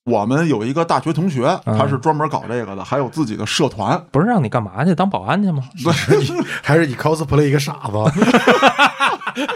我们有一个大学同学，他是专门搞这个的，还有自己的社团。 不是让你干嘛去？当保安去吗？ 还是你 cosplay 一个傻子？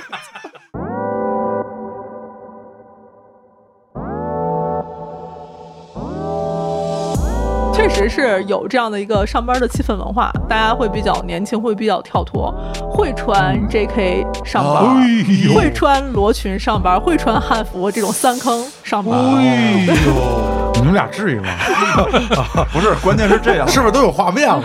确实是有这样的一个上班的气氛文化，大家会比较年轻，会比较跳脱，会穿 JK 上班，会穿罗裙上班，会穿汉服这种三坑上班。 你们俩至于吗？ 不是，关键是这样， 是不是都有画面了？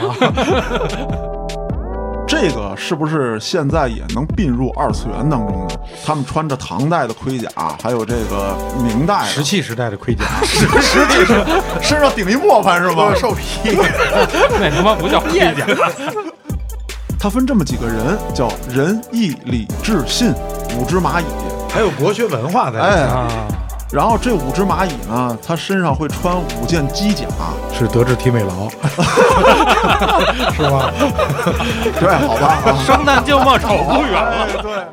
这个是不是现在也能并入二次元当中呢？他们穿着唐代的盔甲，还有这个明代石器时代的盔甲， 实际上身上顶一磨盘是吧？ 兽皮， 那他妈不叫盔甲。 它分这么几个人，叫仁义礼智信五只蚂蚁， 还有国学文化在。 然后这5只蚂蚁呢，它身上会穿5件机甲， 是德智体美劳，是吗？ 对，好吧， 生旦净末丑不远了。 对。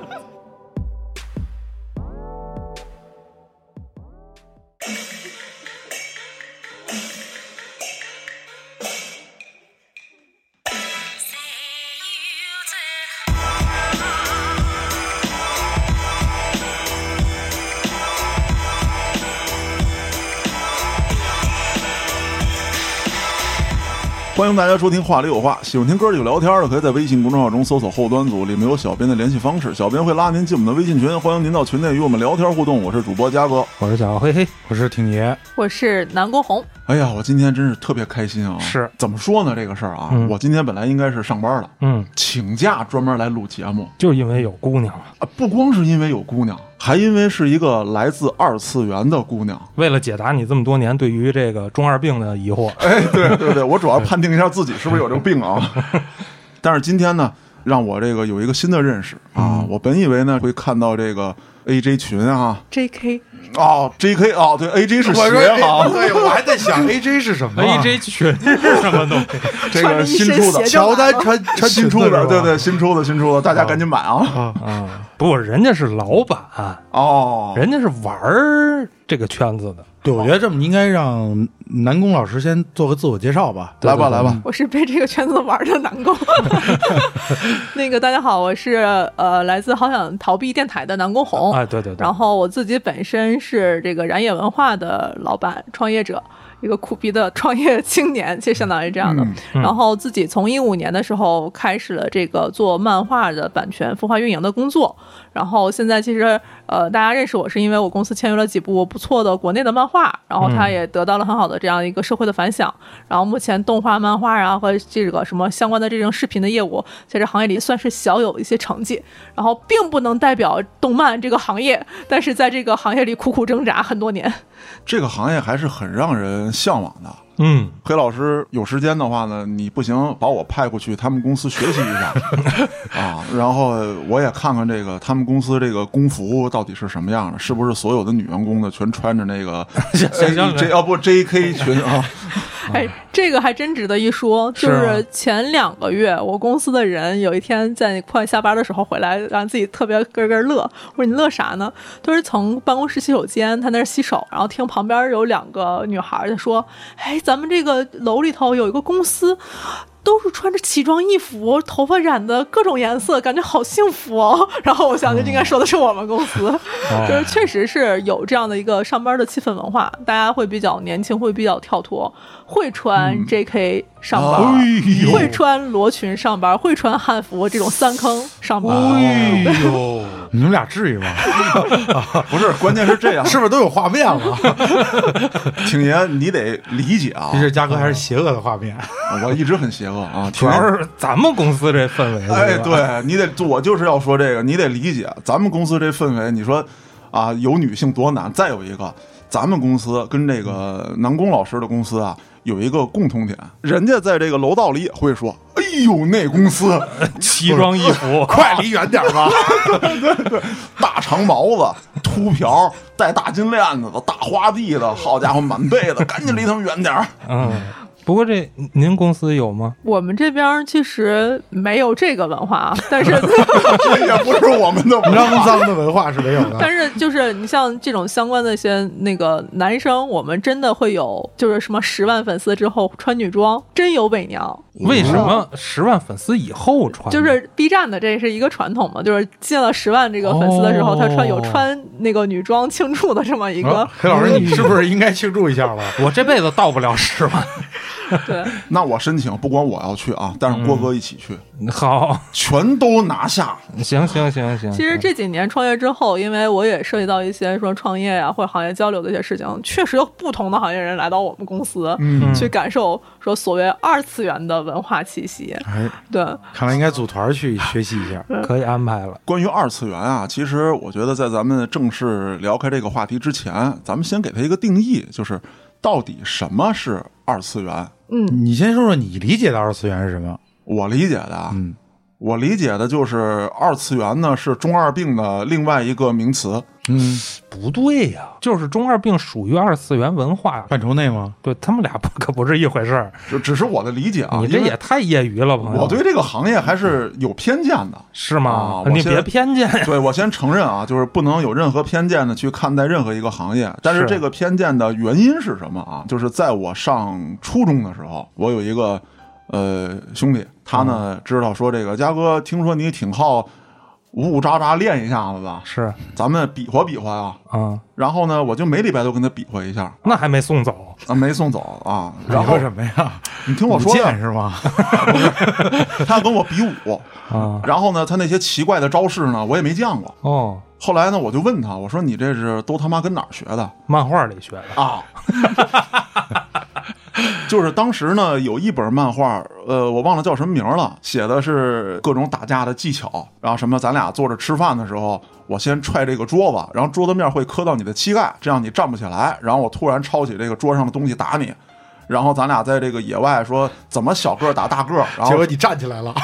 欢迎大家收听话里有话，喜欢听哥几个聊天的可以在微信公众号中搜索后端组，里面有小编的联系方式，小编会拉您进我们的微信群，欢迎您到群内与我们聊天互动。我是主播嘉哥， 我是小黑黑， 我是挺爷， 我是南宫红。 哎呀，我今天真是特别开心啊！ 是怎么说呢？这个事儿啊，我今天本来应该是上班的，请假专门来录节目， 就因为有姑娘啊，不光是因为有姑娘，还因为是一个来自二次元的姑娘。 为了解答你这么多年对于这个中二病的疑惑， 哎，对对对，我主要判定一下自己是不是有这个病啊。但是今天呢，让我这个有一个新的认识啊，我本以为呢会看到这个 AJ 群啊 ，JK 哦 ，JK 哦，对 ，AJ 是鞋哈， 对，我还在想 AJ 是什么 ？AJ 群是什么东西？ 这个新出的， 乔丹穿新出的，对对，新出的，大家赶紧买啊！ 不，人家是老板哦， 人家是玩这个圈子的。 对，我觉得这么应该让南宫老师先做个自我介绍吧。 来吧，来吧。 我是被这个圈子玩的南宫。那个大家好，我是来自好想逃避电台的南宫红。 哎，对对对。 然后我自己本身是这个燃野文化的老板、创业者。一个苦逼的创业青年，其实相当于这样的。然后自己从15年的时候开始了这个做漫画的版权孵化运营的工作。然后现在其实大家认识我是因为我公司签约了几部不错的国内的漫画，然后它也得到了很好的这样一个社会的反响。然后目前动画、漫画啊和这个什么相关的这种视频的业务，在这行业里算是小有一些成绩。然后并不能代表动漫这个行业，但是在这个行业里苦苦挣扎很多年。 这个行业还是很让人向往的。黑老师有时间的话呢，你不行把我派过去他们公司学习一下啊，然后我也看看这个他们公司这个工服到底是什么样的，是不是所有的女员工呢全穿着那个JK 裙啊？ 哎，这个还真值得一说。就是前2个月，我公司的人有一天在快下班的时候回来，让自己特别咯咯乐。我说你乐啥呢？都是从办公室洗手间，他那儿洗手，然后听旁边有2个女孩在说：“哎，咱们这个楼里头有一个公司。”都是穿着奇装异服，头发染的各种颜色，感觉好幸福哦。然后我想就应该说的是我们公司，就是确实是有这样的一个上班的气氛文化，大家会比较年轻，会比较跳脱，会穿 JK 上班，会穿罗裙上班，会穿汉服这种三坑上班。 你们俩至于吗？ 不是，关键是这样， 是不是都有画面了？ 挺爷，你得理解啊， 这是嘉哥还是邪恶的画面？ 我一直很邪恶啊， 主要是咱们公司这氛围。 哎，对，你得，我就是要说这个，你得理解咱们公司这氛围。你说啊，有女性多难？再有一个，咱们公司跟这个南宫老师的公司啊，有一个共同点，人家在这个楼道里也会说：“哎呦，那公司奇装异服， 快离远点吧！” 对，大长毛子、秃瓢、戴大金链子的、大花臂的，好家伙，满背的，赶紧离他们远点。 不过这您公司有吗？ 我们这边其实没有这个文化，但是这也不是我们的肮脏的文化是没有的。 但是就是你像这种相关的一些那个男生，我们真的会有，就是什么10万粉丝之后穿女装，真有伪娘。 为什么10万粉丝以后穿？ 就是 B 站的这是一个传统嘛，就是进了10万这个粉丝的时候，他有穿那个女装庆祝的这么一个。 黑老师，你是不是应该庆祝一下了？ 我这辈子到不了10万。 对， 那我申请，不光我要去啊，带上郭哥一起去， 好， 全都拿下。 行。 其实这几年创业之后，因为我也涉及到一些说创业呀或者行业交流的一些事情，确实有不同的行业人来到我们公司，去感受说所谓2次元的文化气息。对， 看来应该组团去学习一下， 可以安排了。 关于2次元啊，其实我觉得在咱们正式聊开这个话题之前，咱们先给它一个定义，就是到底什么是2次元？ 你先说说你理解的2次元是什么？ 我理解的啊，我理解的就是2次元呢是中二病的另外一个名词。 不对呀，就是中二病属于2次元文化范畴内吗？ 对，他们俩可不是一回事儿。 只是我的理解啊， 你这也太业余了，朋友。 我对这个行业还是有偏见的。 是吗？你别偏见。 对，我先承认啊，就是不能有任何偏见的去看待任何一个行业。但是这个偏见的原因是什么啊？就是在我上初中的时候，我有一个兄弟，他呢知道说这个嘉哥，听说你挺好呜喳喳练一下子吧， 是， 咱们比划比划呀。然后呢，我就每礼拜都跟他比划一下。 那还没送走啊？没送走啊？然后什么呀？ 你听我说呀， 是吗？ 他跟我比武啊。然后呢，他那些奇怪的招式呢，我也没见过。后来呢，我就问他，我说你这是都他妈跟哪儿学的？ 漫画里学的啊。就是当时呢，有一本漫画，我忘了叫什么名了，写的是各种打架的技巧，然后什么咱俩坐着吃饭的时候，我先踹这个桌子，然后桌子面会磕到你的膝盖，这样你站不起来，然后我突然抄起这个桌上的东西打你，然后咱俩在这个野外说怎么小个打大个，然后结果你站起来了。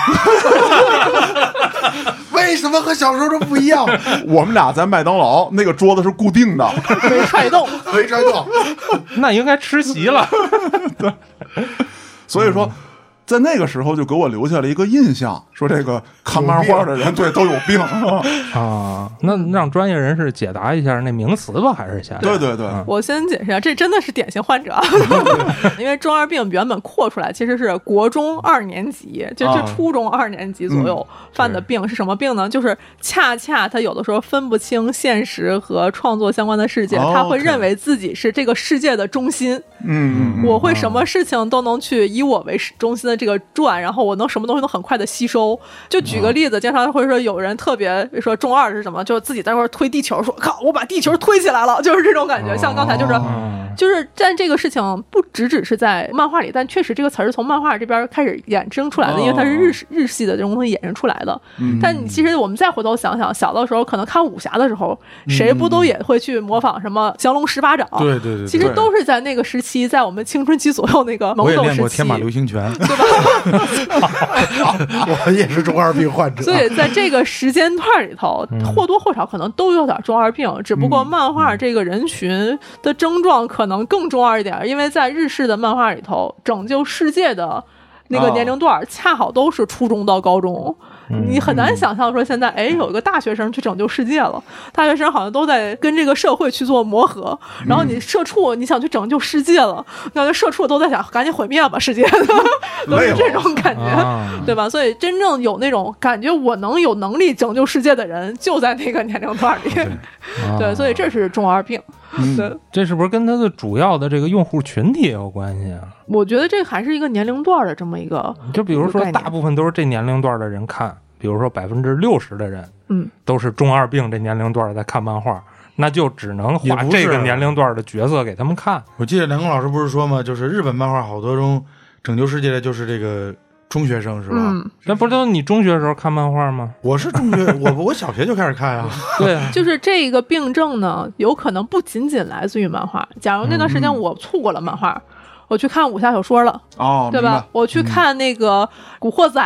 为什么和小时候都不一样？ 我们俩在麦当劳，那个桌子是固定的， 没踹动， 没踹动， 那应该吃席了。 对，所以说，在那个时候就给我留下了一个印象，说这个看漫画的人对都有病啊。那让专业人士解答一下那名词吧，还是先？ 对对对， 我先解释一下，这真的是典型患者，因为中二病原本扩出来其实是国中2年级，就是初中2年级左右犯的病。是什么病呢？就是恰恰他有的时候分不清现实和创作相关的世界，他会认为自己是这个世界的中心。我会什么事情都能去以我为中心的这个转，然后我能什么东西都很快的吸收。就举个例子，经常会说有人特别说中二是什么，就自己在那块推地球，说靠，我把地球推起来了，就是这种感觉。像刚才就是但这个事情不只是在漫画里，但确实这个词儿是从漫画这边开始衍生出来的，因为它是日系的这种东西衍生出来的。但你其实我们再回头想想，小的时候可能看武侠的时候，谁不都也会去模仿什么降龙十八掌？ 对对对， 其实都是在那个时期，在我们青春期左右那个懵懂时期。 我也练过天马流星拳， 对吧？ 我也是中二病患者。 所以在这个时间段里头，或多或少可能都有点中二病，只不过漫画这个人群的症状可能更中二一点，因为在日式的漫画里头，拯救世界的那个年龄段恰好都是初中到高中。你很难想象说现在有一个大学生去拯救世界了，大学生好像都在跟这个社会去做磨合，然后你社畜你想去拯救世界了，感觉社畜都在想赶紧毁灭吧世界，都是这种感觉，对吧？所以真正有那种感觉我能有能力拯救世界的人就在那个年龄段里。对，所以这是中二病。对， 这是不是跟他的主要的这个用户群体也有关系啊？ 我觉得这还是一个年龄段的这么一个， 就比如说大部分都是这年龄段的人看，比如说60%的人，都是中二病这年龄段在看漫画，那就只能画这个年龄段的角色给他们看。 我记得梁工老师不是说吗？就是日本漫画好多中拯救世界的就是这个中学生是吧？ 那不是都你中学的时候看漫画吗？ 我是中学，我小学就开始看啊。 对啊， 就是这个病症呢，有可能不仅仅来自于漫画。假如那段时间我错过了漫画，我去看武侠小说了，对吧？我去看那个《古惑仔》了。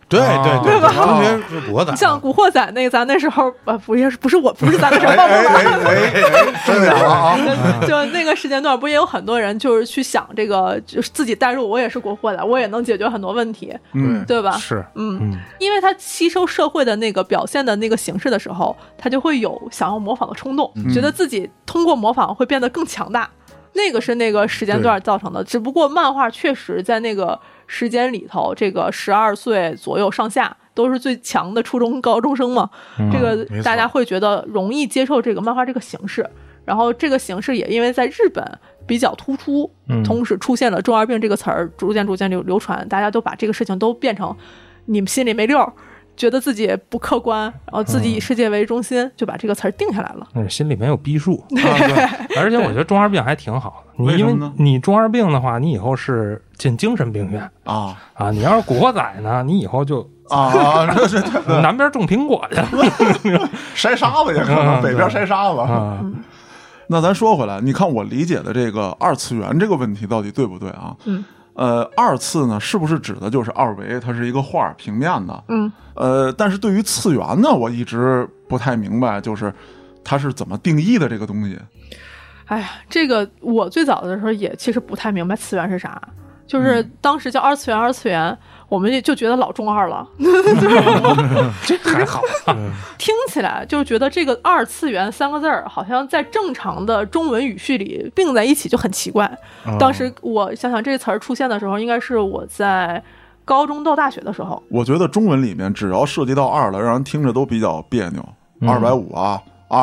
对对对吧？中学是国仔， 像《古惑仔》那个，咱那时候不是咱那时候报真的啊！ 就那个时间段，不也有很多人就是去想这个，就是自己代入，我也是古惑仔，我也能解决很多问题，对吧？ 是， 因为他吸收社会的那个表现的那个形式的时候，他就会有想要模仿的冲动，觉得自己通过模仿会变得更强大。那个是那个时间段造成的，只不过漫画确实在那个时间里头，这个12岁左右上下都是最强的初中高中生嘛，这个大家会觉得容易接受这个漫画这个形式，然后这个形式也因为在日本比较突出，同时出现了中二病这个词儿，逐渐流传，大家都把这个事情都变成你们心里没溜，觉得自己不客观，然后自己以世界为中心，就把这个词儿定下来了。 心里没有逼数，而且我觉得中二病还挺好的。因为你中二病的话，你以后是进精神病院啊！你要是古惑仔呢，你以后就南边种苹果去， 筛沙子也可能北边筛沙子。那咱说回来，你看我理解的这个二次元这个问题到底对不对啊？二次呢，是不是指的就是二维，它是一个画平面的？但是对于次元呢，我一直不太明白，就是它是怎么定义的这个东西。 哎呀，这个我最早的时候也其实不太明白次元是啥，就是当时叫二次元，我们也就觉得老中二了， 这还好， 听起来就觉得这个二次元3个字儿好像在正常的中文语序里并在一起就很奇怪。当时我想想这词儿出现的时候，应该是我在高中到大学的时候。 我觉得中文里面只要涉及到二了，让人听着都比较别扭，250啊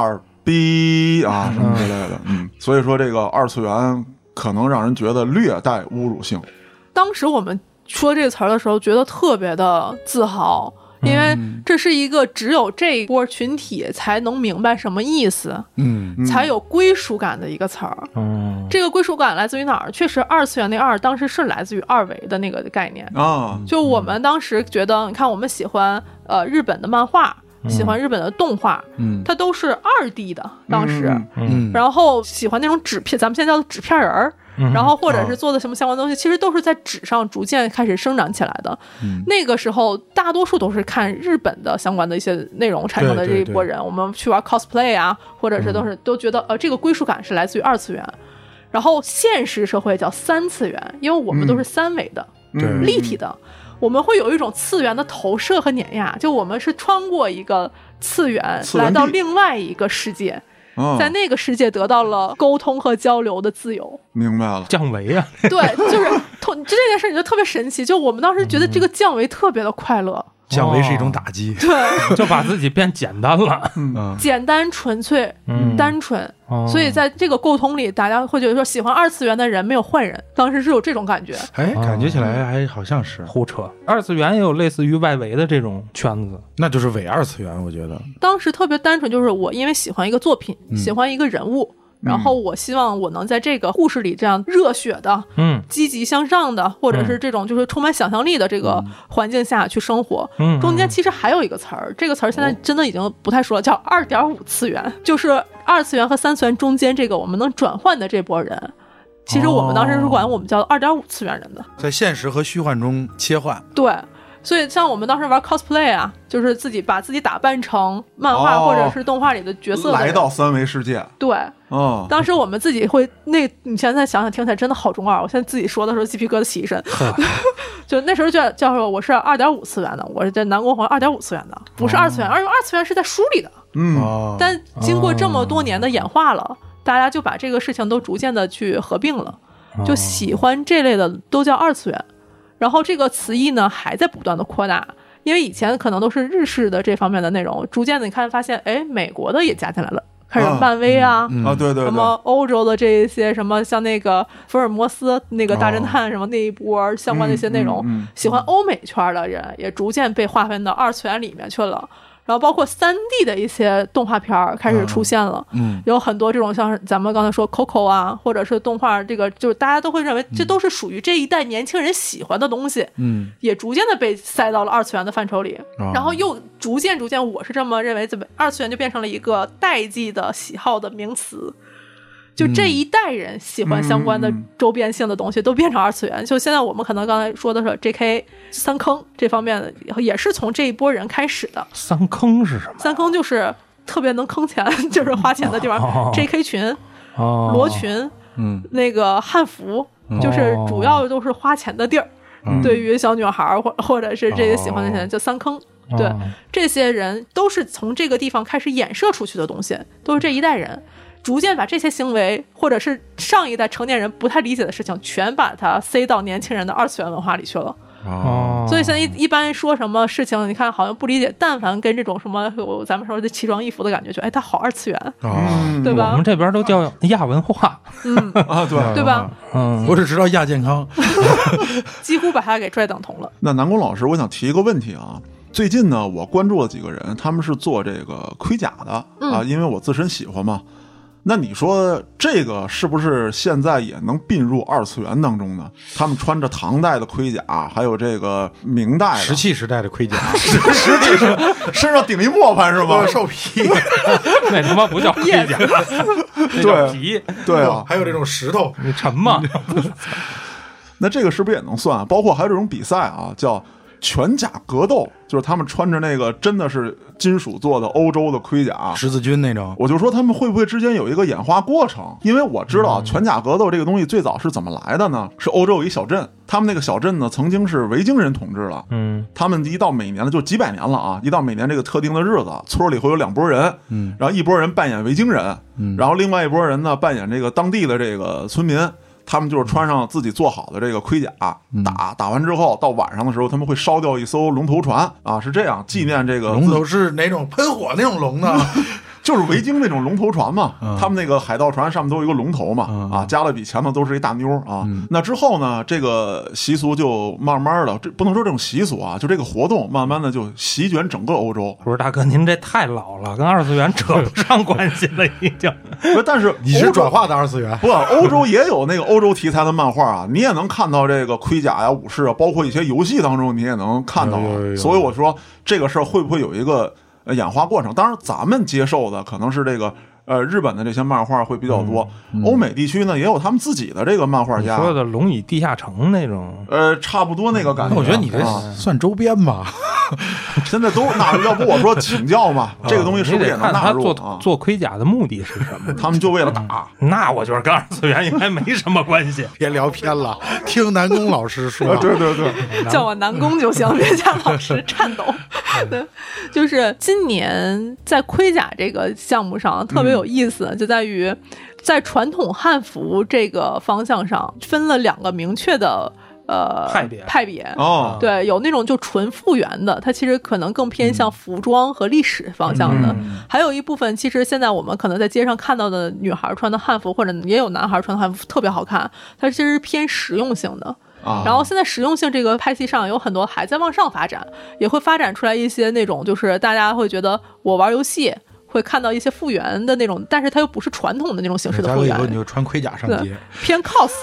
，2B 啊什么之类的，所以说这个二次元可能让人觉得略带侮辱性。 当时我们说这个词儿的时候，觉得特别的自豪，因为这是一个只有这一波群体才能明白什么意思，才有归属感的一个词儿。这个归属感来自于哪儿？确实，二次元那二当时是来自于二维的那个概念啊。就我们当时觉得，你看我们喜欢日本的漫画。喜欢日本的动画，它都是2D 的，当时，然后喜欢那种纸片，咱们现在叫纸片人儿，然后或者是做的什么相关东西，其实都是在纸上逐渐开始生长起来的。那个时候，大多数都是看日本的相关的一些内容产生的这一波人，我们去玩 cosplay 啊，或者是都觉得这个归属感是来自于二次元，然后现实社会叫3次元，因为我们都是3维的，立体的。我们会有一种次元的投射和碾压，就我们是穿过一个次元来到另外一个世界，在那个世界得到了沟通和交流的自由。 明白了， 降维啊！ 对，就是这件事情就特别神奇，就我们当时觉得这个降维特别的快乐。 降维是一种打击， 对， 就把自己变简单了， 简单纯粹，单纯。所以在这个沟通里，大家会觉得说，喜欢二次元的人没有坏人，当时是有这种感觉。 感觉起来还好像是胡扯。二次元也有类似于外围的这种圈子， 那就是伪二次元。我觉得当时特别单纯，就是我因为喜欢一个作品，喜欢一个人物。然后我希望我能在这个故事里这样热血的，积极向上的，或者是这种就是充满想象力的这个环境下去生活。中间其实还有一个词儿，这个词儿现在真的已经不太说了，叫2.5次元，就是2次元和3次元中间这个我们能转换的这波人。其实我们当时是管我们叫2.5次元人的， 在现实和虚幻中切换。 对。所以像我们当时玩 cosplay 啊，就是自己把自己打扮成漫画或者是动画里的角色的来到3维世界。 对，当时我们自己会你现在想想听起来真的好中二，我现在自己说的时候鸡皮疙瘩起一身。就那时候叫我是2.5次元的，我是在南国红2.5次元的，不是2次元，而且2次元是在书里的。但经过这么多年的演化了，大家就把这个事情都逐渐的去合并了，就喜欢这类的都叫2次元。然后这个词义呢还在不断的扩大，因为以前可能都是日式的这方面的内容，逐渐的你发现美国的也加进来了，开始漫威啊， 对对， 什么欧洲的这一些什么像那个福尔摩斯那个大侦探什么那一波相关的一些内容，喜欢欧美圈的人也逐渐被划分到2次元里面去了。然后包括3D 的一些动画片开始出现了，有很多这种像咱们刚才说 Coco 啊，或者是动画，这个就是大家都会认为这都是属于这一代年轻人喜欢的东西，也逐渐的被塞到了2次元的范畴里，然后又逐渐，我是这么认为，2次元就变成了一个代际的喜好的名词。 就这一代人喜欢相关的周边性的东西都变成二次元。就现在我们可能刚才说的是 JK 三坑这方面的，也是从这一波人开始的。 三坑是什么？ 三坑就是特别能坑钱，就是花钱的地方。JK 群、罗群，那个汉服，就是主要都是花钱的地儿。对于小女孩或者是这些喜欢的人，叫三坑。对，这些人都是从这个地方开始衍射出去的东西，都是这一代人逐渐把这些行为，或者是上一代成年人不太理解的事情，全把它塞到年轻人的二次元文化里去了。所以现在一般说什么事情，你看好像不理解，但凡跟这种什么咱们说的奇装异服的感觉，就它好二次元，对吧？ 我们这边都叫亚文化， 对吧？ 我只知道亚健康， 几乎把它给拽等同了。 那南宫老师，我想提一个问题啊。最近呢，我关注了几个人，他们是做这个盔甲的啊，因为我自身喜欢嘛。那你说这个是不是现在也能并入二次元当中呢？他们穿着唐代的盔甲，还有这个明代石器时代的盔甲， 石器身上顶一磨盘是吧？ 兽皮， 那他妈不叫盔甲，那叫皮。 对啊， 还有这种石头， 你沉吗？ 那这个是不是也能算？包括还有这种比赛啊，叫全甲格斗，就是他们穿着那个真的是金属做的欧洲的盔甲， 十字军那种。 我就说他们会不会之间有一个演化过程？因为我知道全甲格斗这个东西最早是怎么来的呢？是欧洲有一小镇，他们那个小镇呢曾经是维京人统治了。他们一到每年就几百年了啊，一到每年这个特定的日子，村里会有两拨人，然后一拨人扮演维京人，然后另外一拨人呢扮演这个当地的这个村民。他们就是穿上自己做好的这个盔甲，打完之后，到晚上的时候，他们会烧掉一艘龙头船啊，是这样纪念这个龙头是哪种喷火那种龙呢？ 就是维京那种龙头船嘛，他们那个海盗船上面都有一个龙头嘛，啊，加勒比前面都是一大妞啊。那之后呢，这个习俗就慢慢的，这不能说这种习俗啊，就这个活动慢慢的就席卷整个欧洲。 不是大哥，您这太老了，跟二次元扯不上关系了已经。 但是你是转化的二次元， 不，欧洲也有那个欧洲题材的漫画啊，你也能看到这个盔甲呀、武士啊，包括一些游戏当中你也能看到。所以我说这个事儿会不会有一个演化过程？当然咱们接受的可能是这个日本的这些漫画会比较多，欧美地区呢也有他们自己的这个漫画家， 说的龙与地下城那种， 差不多那个感觉。 我觉得你这算周边吧， 现在都那要不我说请教嘛，这个东西是不是也能纳入？ 做盔甲的目的是什么？ 他们就为了打。 那我觉得跟二次元应该没什么关系。 别聊偏了，听南宫老师说。 对对对， 叫我南宫就行，别叫老师颤抖。对，就是今年在盔甲这个项目上特别有意思，就在于在传统汉服这个方向上分了两个明确的派别哦， 对，有那种就纯复原的，它其实可能更偏向服装和历史方向的，还有一部分其实现在我们可能在街上看到的女孩穿的汉服，或者也有男孩穿的汉服特别好看，它其实是偏实用性的。然后现在实用性这个派系上有很多还在往上发展，也会发展出来一些那种就是大家会觉得我玩游戏会看到一些复原的那种，但是它又不是传统的那种形式的复原。 你就穿盔甲上街， 偏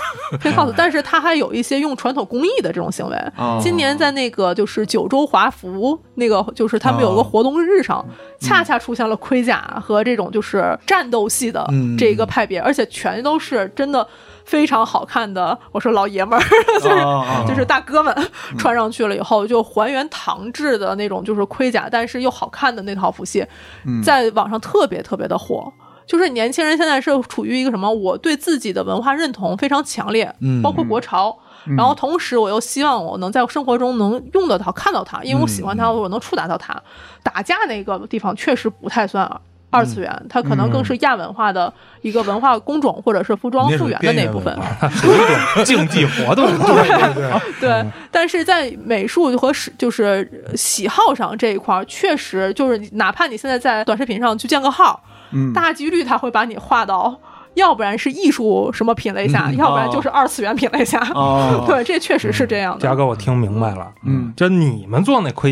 cos，但是它还有一些用传统工艺的这种行为。今年在那个就是九州华服那个就是他们有个活动日上，恰恰出现了盔甲和这种就是战斗系的这个派别，而且全都是真的非常好看的，我说老爷们儿就是大哥们穿上去了以后就还原唐制的那种就是盔甲，但是又好看的那套服系，在网上特别特别的火。就是年轻人现在是处于一个什么，我对自己的文化认同非常强烈，包括国潮，然后同时我又希望我能在生活中能用得到看到它，因为我喜欢它，我能触达到它。打架那个地方确实不太算二次元，它可能更是亚文化的一个文化工种或者是服装复原的那部分， 属于一种竞技活动。 对，但是在美术和就是喜好上这一块，确实就是哪怕你现在在短视频上去建个号，大几率它会把你划到。要不然是艺术什么品类下，要不然就是二次元品类下。对，这确实是这样的。 嘉哥，我听明白了。就你们做那盔甲，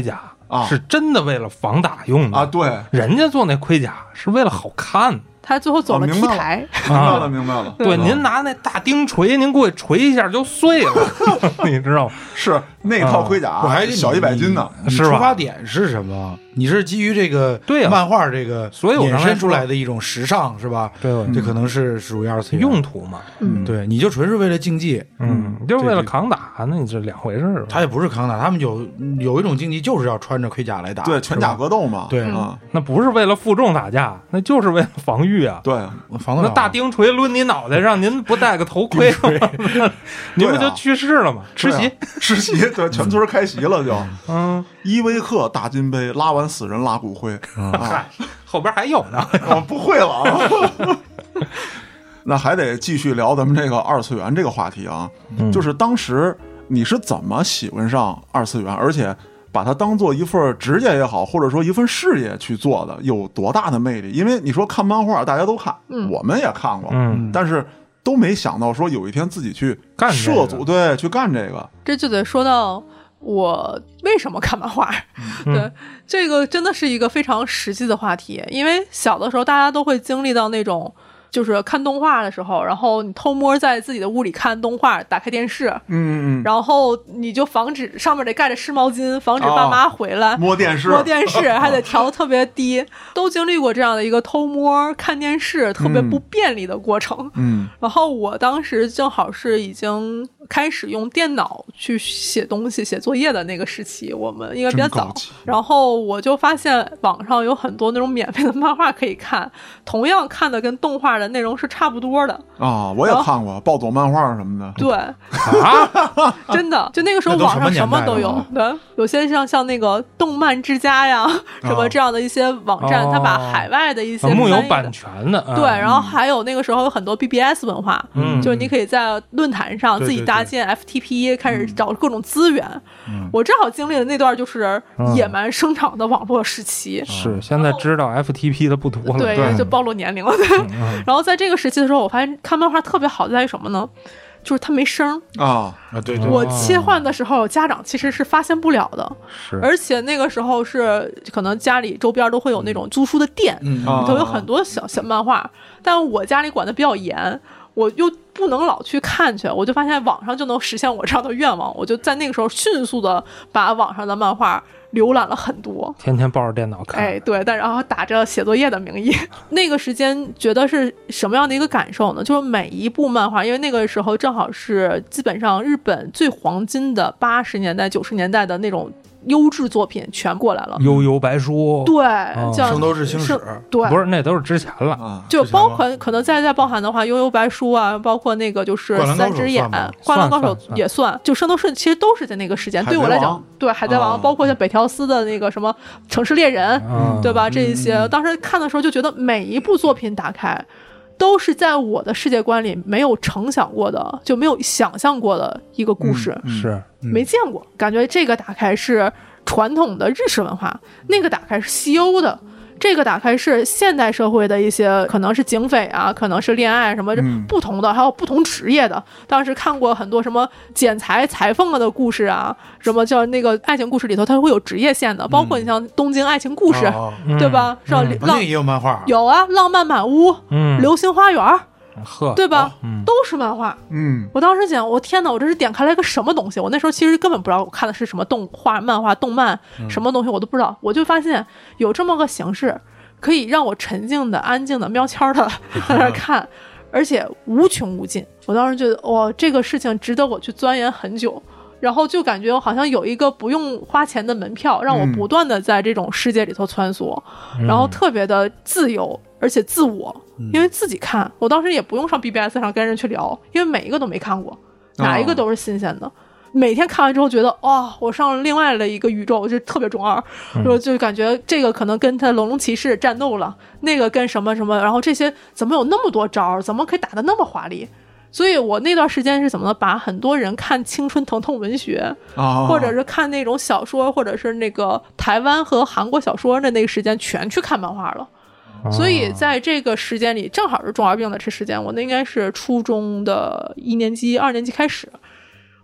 是真的为了防打用的啊。对， 人家做那盔甲是为了好看。 他最后走了 T 台， 明白了。 对，您拿那大钉锤，您过去锤一下就碎了，你知道吗？ 是那套盔甲，还小100斤呢， 是吧？出发点是什么？你是基于这个漫画这个所以衍生出来的一种时尚，是吧？ 对， 这可能是属于二次元用途嘛。 对，你就纯是为了竞技， 就是为了扛打，那你这两回事儿。 他也不是扛打，他们有一种竞技就是要穿着盔甲来打， 对，全甲格斗嘛。 对啊， 那不是为了负重打架，那就是为了防御啊。 对， 防那大钉锤抡你脑袋上，您不戴个头盔吗？您不就去世了吗？吃席， 对，全村开席了就。伊维克大金杯，拉完死人拉骨灰。 后边还有呢， 我不会了啊。那还得继续聊咱们这个二次元这个话题啊，就是当时你是怎么喜欢上二次元，而且把它当做一份职业也好，或者说一份事业去做的，有多大的魅力？因为你说看漫画大家都看，我们也看过，但是都没想到说有一天自己去干涉足，对，去干这个。 这就得说到我为什么看漫画。对，这个真的是一个非常实际的话题，因为小的时候大家都会经历到那种就是看动画的时候，然后你偷摸在自己的屋里看动画，打开电视，然后你就防止上面得盖着湿毛巾，防止爸妈回来， 摸电视还得调得特别低，都经历过这样的一个偷摸看电视特别不便利的过程。然后我当时正好是已经开始用电脑去写东西、写作业的那个时期，我们应该比较早。然后我就发现网上有很多那种免费的漫画可以看，同样看的跟动画的内容是差不多的啊。我也看过暴走漫画什么的。 对真的，就那个时候网上什么都有。对，有些像那个动漫之家呀，什么这样的一些网站，它把海外的一些木有版权的， 对，然后还有那个时候有很多 BBS 文化，就是你可以在论坛上自己搭建 FTP， 开始找各种资源。我正好经历了那段就是野蛮生长的网络时期。 是，现在知道 FTP 的不多了， 对，就暴露年龄了。然后在这个时期的时候，我发现看漫画特别好在于什么呢？就是它没声啊， 对， 我切换的时候，家长其实是发现不了的。而且那个时候是可能家里周边都会有那种租书的店，里头有很多小漫画，但我家里管的比较严，我又不能老去看去，我就发现网上就能实现我这样的愿望，我就在那个时候迅速的把网上的漫画浏览了很多， 天天抱着电脑看。 对，但然后打着写作业的名义。那个时间觉得是什么样的一个感受呢？就是每一部漫画，因为那个时候正好是基本上日本最黄金的80年代、90年代的那种优质作品全过来了， 悠悠白书， 对，像圣斗士星矢， 对， 不是，那都是之前了， 就包括可能再包含的话，悠悠白书啊，包括那个就是三只眼，灌篮高手也算，就圣斗士其实都是在那个时间。对我来讲，对海贼王，包括像北条司的那个什么城市猎人，对吧？这一些当时看的时候就觉得每一部作品打开都是在我的世界观里没有成想过的，就没有想象过的一个故事， 是没见过。感觉这个打开是传统的日式文化，那个打开是西欧的，这个打开是现代社会的一些，可能是警匪啊，可能是恋爱什么不同的，还有不同职业的。当时看过很多什么剪裁裁缝的故事啊，什么叫那个爱情故事里头，它会有职业线的，包括你像东京爱情故事，对吧？是吧？ 那个也有漫画， 有啊，浪漫满屋，流星花园。对吧？都是漫画。我当时讲，我天哪，我这是点开了一个什么东西？我那时候其实根本不知道我看的是什么动画、漫画、动漫，什么东西我都不知道。我就发现有这么个形式，可以让我沉静的、安静的、喵悄的在那看，而且无穷无尽。我当时觉得，哇，这个事情值得我去钻研很久。然后就感觉好像有一个不用花钱的门票，让我不断的在这种世界里头穿梭，然后特别的自由，而且自我，因为自己看，我当时也不用上 BBS 上跟人去聊，因为每一个都没看过，哪一个都是新鲜的。每天看完之后觉得，我上了另外的一个宇宙，就特别中二，就感觉这个可能跟他龙骑士战斗了，那个跟什么什么，然后这些怎么有那么多招，怎么可以打得那么华丽？所以我那段时间是怎么呢？把很多人看青春疼痛文学，或者是看那种小说，或者是那个台湾和韩国小说的那个时间，全去看漫画了。所以在这个时间里，正好是中二病的这时间，我那应该是初中的1年级、2年级开始，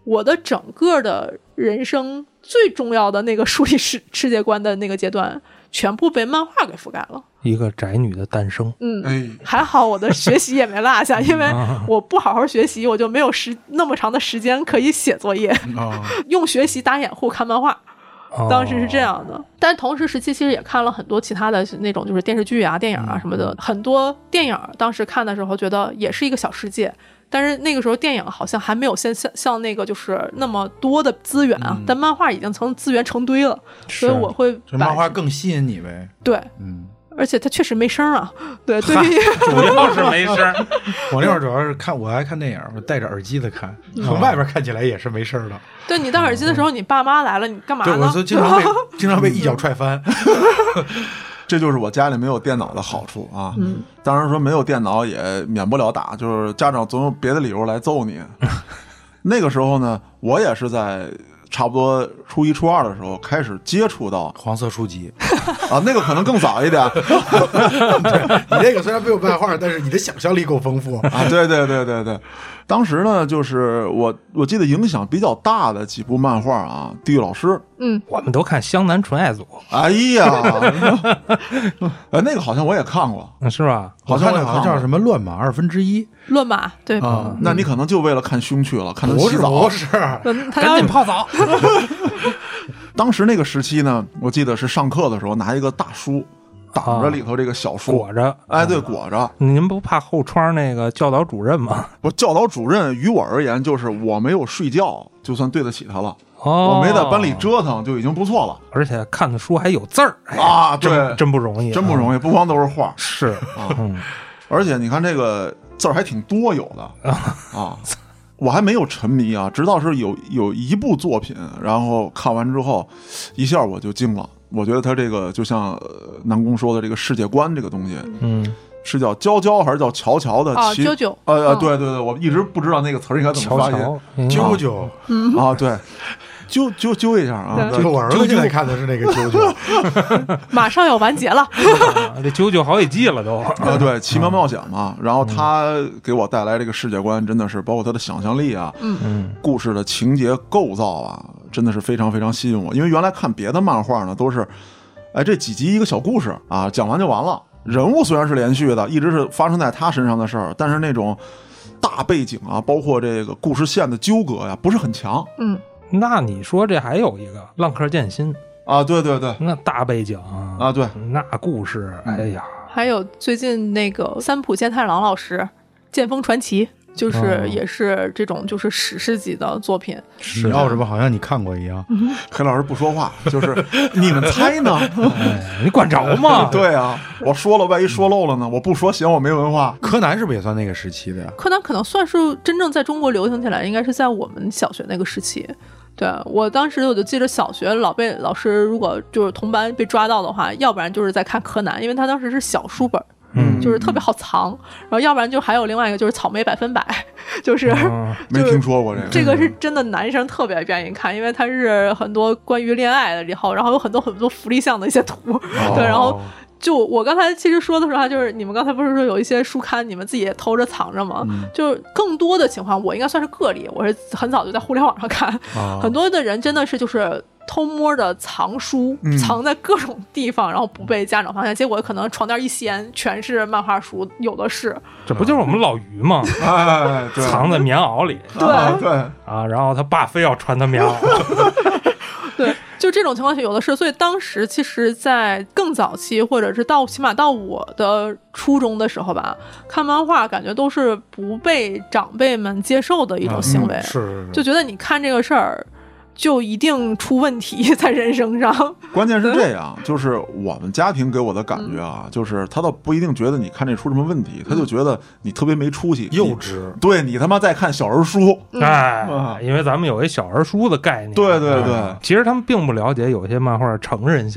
我的整个的人生最重要的那个树立世界观的那个阶段，全部被漫画给覆盖了。 一个宅女的诞生。 还好我的学习也没落下，因为我不好好学习，我就没有那么长的时间可以写作业，用学习打掩护看漫画。当时是这样的，但同时时期其实也看了很多其他的那种就是电视剧啊、电影啊什么的，很多电影当时看的时候觉得也是一个小世界。但是那个时候电影好像还没有像那个就是那么多的资源啊，但漫画已经资源成堆了，所以我会漫画更吸引你呗。 对，而且它确实没声啊。对，主要是没声。 我那会儿主要是看，我爱看电影，我戴着耳机的看，从外边看起来也是没声的。 对，你戴耳机的时候，你爸妈来了，你干嘛呢？ 对，我经常被一脚踹翻。 这就是我家里没有电脑的好处啊。当然说没有电脑也免不了打，就是家长总有别的理由来揍你。那个时候呢，我也是在差不多初一初二的时候开始接触到黄色书籍啊，那个可能更早一点。 你那个虽然没有漫画，但是你的想象力够丰富啊。对，当时呢，就是我记得影响比较大的几部漫画啊，《地狱老师》， 我们都看《湘南纯爱组》。 哎呀，那个好像我也看过， 是吧？ 好像叫什么《乱马1/2》。 乱马，对啊，那你可能就为了看胸去了，看他洗澡， 不是， 赶紧泡澡。 当时那个时期呢，我记得是上课的时候拿一个大书挡着里头这个小书， 裹着。 哎，对，裹着。 您不怕后窗那个教导主任吗？ 不，教导主任于我而言就是我没有睡觉，就算对得起他了。我没在班里折腾就已经不错了， 而且看的书还有字儿啊，对， 真不容易， 真不容易，不光都是画， 是啊，而且你看这个字儿还挺多有的啊。我还没有沉迷啊，直到是有一部作品，然后看完之后，一下我就惊了。我觉得他这个就像南宫说的这个世界观这个东西，是叫娇娇还是叫乔乔的？ 啾啾。 对，我一直不知道那个词儿应该怎么发音。 啾啾啊，对。揪一下啊！ 我儿子现在看的是那个啾啾， 马上要完结了， 这啾啾好几季了都啊！对，奇妙冒险嘛。然后他给我带来这个世界观，真的是包括他的想象力啊，故事的情节构造啊，真的是非常非常吸引我。因为原来看别的漫画呢，都是，哎，这几集一个小故事啊，讲完就完了。人物虽然是连续的，一直是发生在他身上的事儿，但是那种大背景啊，包括这个故事线的纠葛呀，不是很强。 那你说这还有一个《浪客剑心》 啊，对， 那大背景啊，对， 那故事，哎呀， 还有最近那个三浦健太郎老师《剑锋传奇》，就是也是这种就是史诗级的作品。 你要什么好像你看过一样。 黑老师不说话，就是你们猜呢？ 你管着吗？ 对啊，我说了，万一说漏了呢？我不说嫌我没文化。 柯南是不是也算那个时期的呀？ 柯南可能算是真正在中国流行起来，应该是在我们小学那个时期。对，我当时我就记得小学老被老师如果就是同班被抓到的话，要不然就是在看柯南，因为他当时是小书本，就是特别好藏，然后要不然就还有另外一个就是草莓100%，就是没听说过这个是真的男生特别愿意看，因为它是很多关于恋爱的然后有很多福利项的一些图，对，然后。就我刚才其实说的时候，就是你们刚才不是说有一些书刊你们自己也偷着藏着吗？就是更多的情况，我应该算是个例，我是很早就在互联网上看，很多的人真的是就是偷摸的藏书，藏在各种地方，然后不被家长发现，结果可能床垫一掀，全是漫画书，有的是。 这不就是我们老于吗？ 哎， 藏在棉袄里。 对啊，然后他爸非要穿他棉袄。 对，就这种情况下有的是，所以当时其实在更早期或者是起码到我的初中的时候吧，看漫画感觉都是不被长辈们接受的一种行为， 是就觉得你看这个事儿就一定出问题在人生上。 关键是这样，就是我们家庭给我的感觉啊，就是他倒不一定觉得你看这出什么问题，他就觉得你特别没出息， 幼稚。 对，你他妈在看小儿书， 因为咱们有一小儿书的概念。 对， 其实他们并不了解有些漫画成人向的。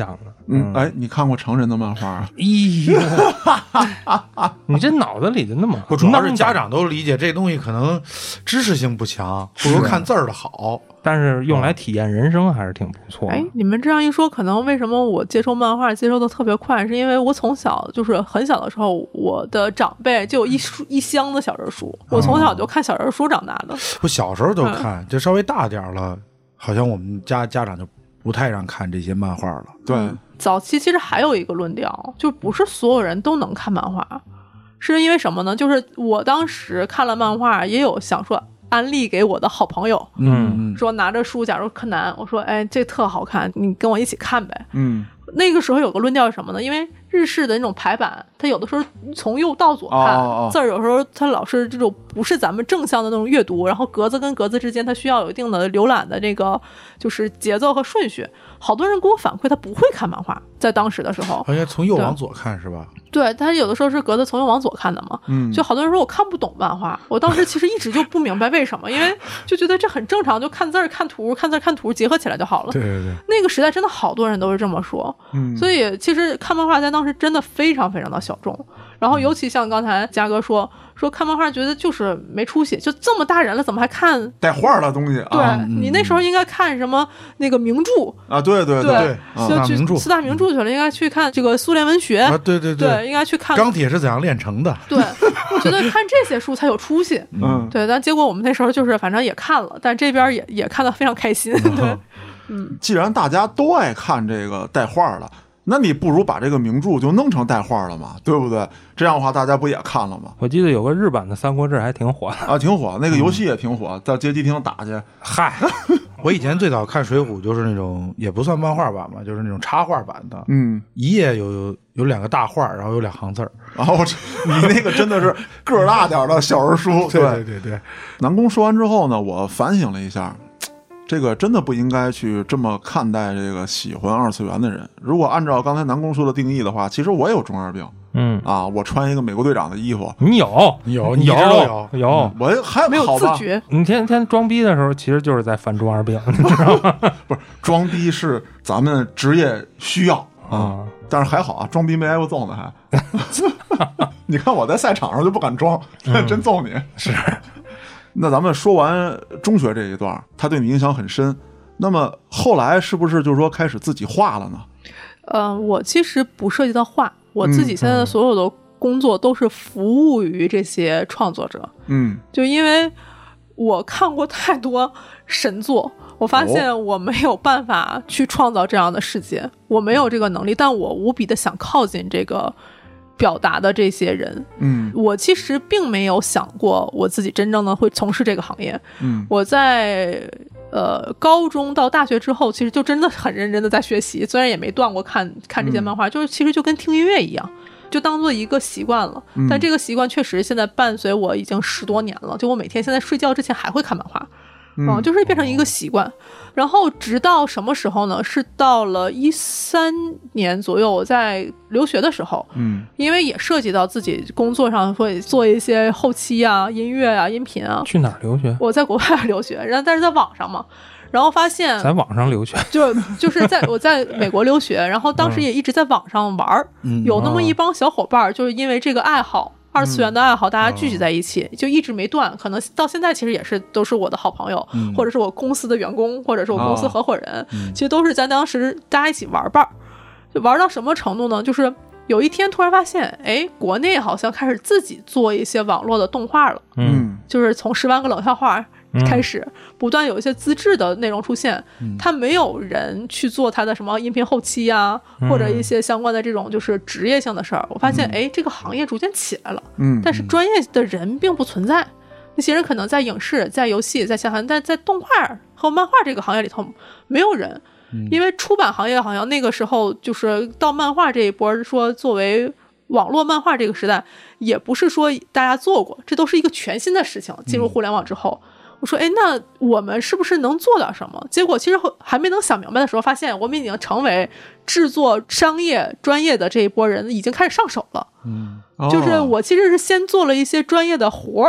哎，你看过成人的漫画啊？ 咦，你这脑子里的那么…… 主要是家长都理解这东西可能知识性不强，不如看字儿的好。 但是用来体验人生还是挺不错的。 哎，你们这样一说，可能为什么我接受漫画接受的特别快，是因为我从小就是很小的时候，我的长辈就有一箱的小人书，我从小就看小人书长大的。 我小时候就看，就稍微大点了，好像我们家长就不太让看这些漫画了。 对， 早期其实还有一个论调，就不是所有人都能看漫画，是因为什么呢？就是我当时看了漫画，也有想说安利给我的好朋友，说拿着书，假如柯南，我说，哎，这特好看，你跟我一起看呗。那个时候有个论调是什么呢？因为日式的那种排版，它有的时候从右到左看，字儿有时候它老是这种不是咱们正向的那种阅读，然后格子跟格子之间它需要有一定的浏览的这个就是节奏和顺序。好多人给我反馈他不会看漫画，在当时的时候， 而且从右往左看是吧？ 对，他有的时候是格子从右往左看的嘛。就好多人说我看不懂漫画，我当时其实一直就不明白为什么，因为就觉得这很正常，就看字儿看图，看字儿看图结合起来就好了。 对对对， 那个时代真的好多人都是这么说。所以其实看漫画在当时真的非常非常的小众。然后尤其像刚才嘉哥说看漫画觉得就是没出息，就这么大人了怎么还看带画的东西？ 对，你那时候应该看什么那个名著啊？ 对对对， 就去四大名著去了，应该去看这个苏联文学啊， 对对对， 应该去看钢铁是怎样炼成的。 对，我觉得看这些书才有出息。对，但结果我们那时候就是反正也看了，但这边也看得非常开心。对， 既然大家都爱看这个带画的，那你不如把这个名著就弄成带画了嘛，对不对？这样的话大家不也看了吗？ 我记得有个日版的《三国志》还挺火的啊，挺火，那个游戏也挺火，到街机厅打去。 嗨，我以前最早看《水浒》就是那种也不算漫画版嘛，就是那种插画版的。一页有2个大画，然后有2行字儿。 然后你那个真的是个儿大点的小人书。 对对对对。 南宫说完之后呢，我反省了一下。这个真的不应该去这么看待这个喜欢二次元的人。如果按照刚才南宫说的定义的话，其实我也有中二病。我穿一个美国队长的衣服， 你有， 我还没有自觉。 你天天装逼的时候，其实就是在犯中二病，你知道吗？ 不是装逼是咱们职业需要啊，但是还好啊，装逼没挨过揍呢还。你看我在赛场上就不敢装，真揍你。 是。 那咱们说完中学这一段，他对你影响很深。那么后来是不是就是说开始自己画了呢？ 我其实不涉及到画，我自己现在的所有的工作都是服务于这些创作者。就因为我看过太多神作，我发现我没有办法去创造这样的世界，我没有这个能力，但我无比的想靠近这个表达的这些人。我其实并没有想过我自己真正的会从事这个行业。我在高中到大学之后，其实就真的很认真的在学习，虽然也没断过看这些漫画，就是其实就跟听音乐一样，就当做一个习惯了。但这个习惯确实现在伴随我已经10多年了，就我每天现在睡觉之前还会看漫画。就是变成一个习惯。然后直到什么时候呢？是到了13年左右，我在留学的时候，因为也涉及到自己工作上会做一些后期啊、音乐啊、音频啊。 去哪儿留学？ 我在国外留学，然后但是在网上嘛。然后发现在网上留学， 就是我在美国留学，然后当时也一直在网上玩，有那么一帮小伙伴，就是因为这个爱好。二次元的爱好，大家聚集在一起，就一直没断，可能到现在其实也是都是我的好朋友，或者是我公司的员工，或者是我公司合伙人，其实都是在当时大家一起玩伴，就玩到什么程度呢？就是有一天突然发现，哎，国内好像开始自己做一些网络的动画了，就是从10万个冷笑话开始不断有一些自制的内容出现，他没有人去做他的什么音频后期啊，或者一些相关的这种就是职业性的事儿。我发现，哎，这个行业逐渐起来了，但是专业的人并不存在。那些人可能在影视、在游戏、在相关，但在动画和漫画这个行业里头没有人，因为出版行业好像那个时候就是到漫画这一波，说作为网络漫画这个时代，也不是说大家做过，这都是一个全新的事情。进入互联网之后。我说，哎，那我们是不是能做点什么？结果其实还没能想明白的时候，发现我们已经成为制作商业专业的这一波人，已经开始上手了。就是我其实是先做了一些专业的活儿，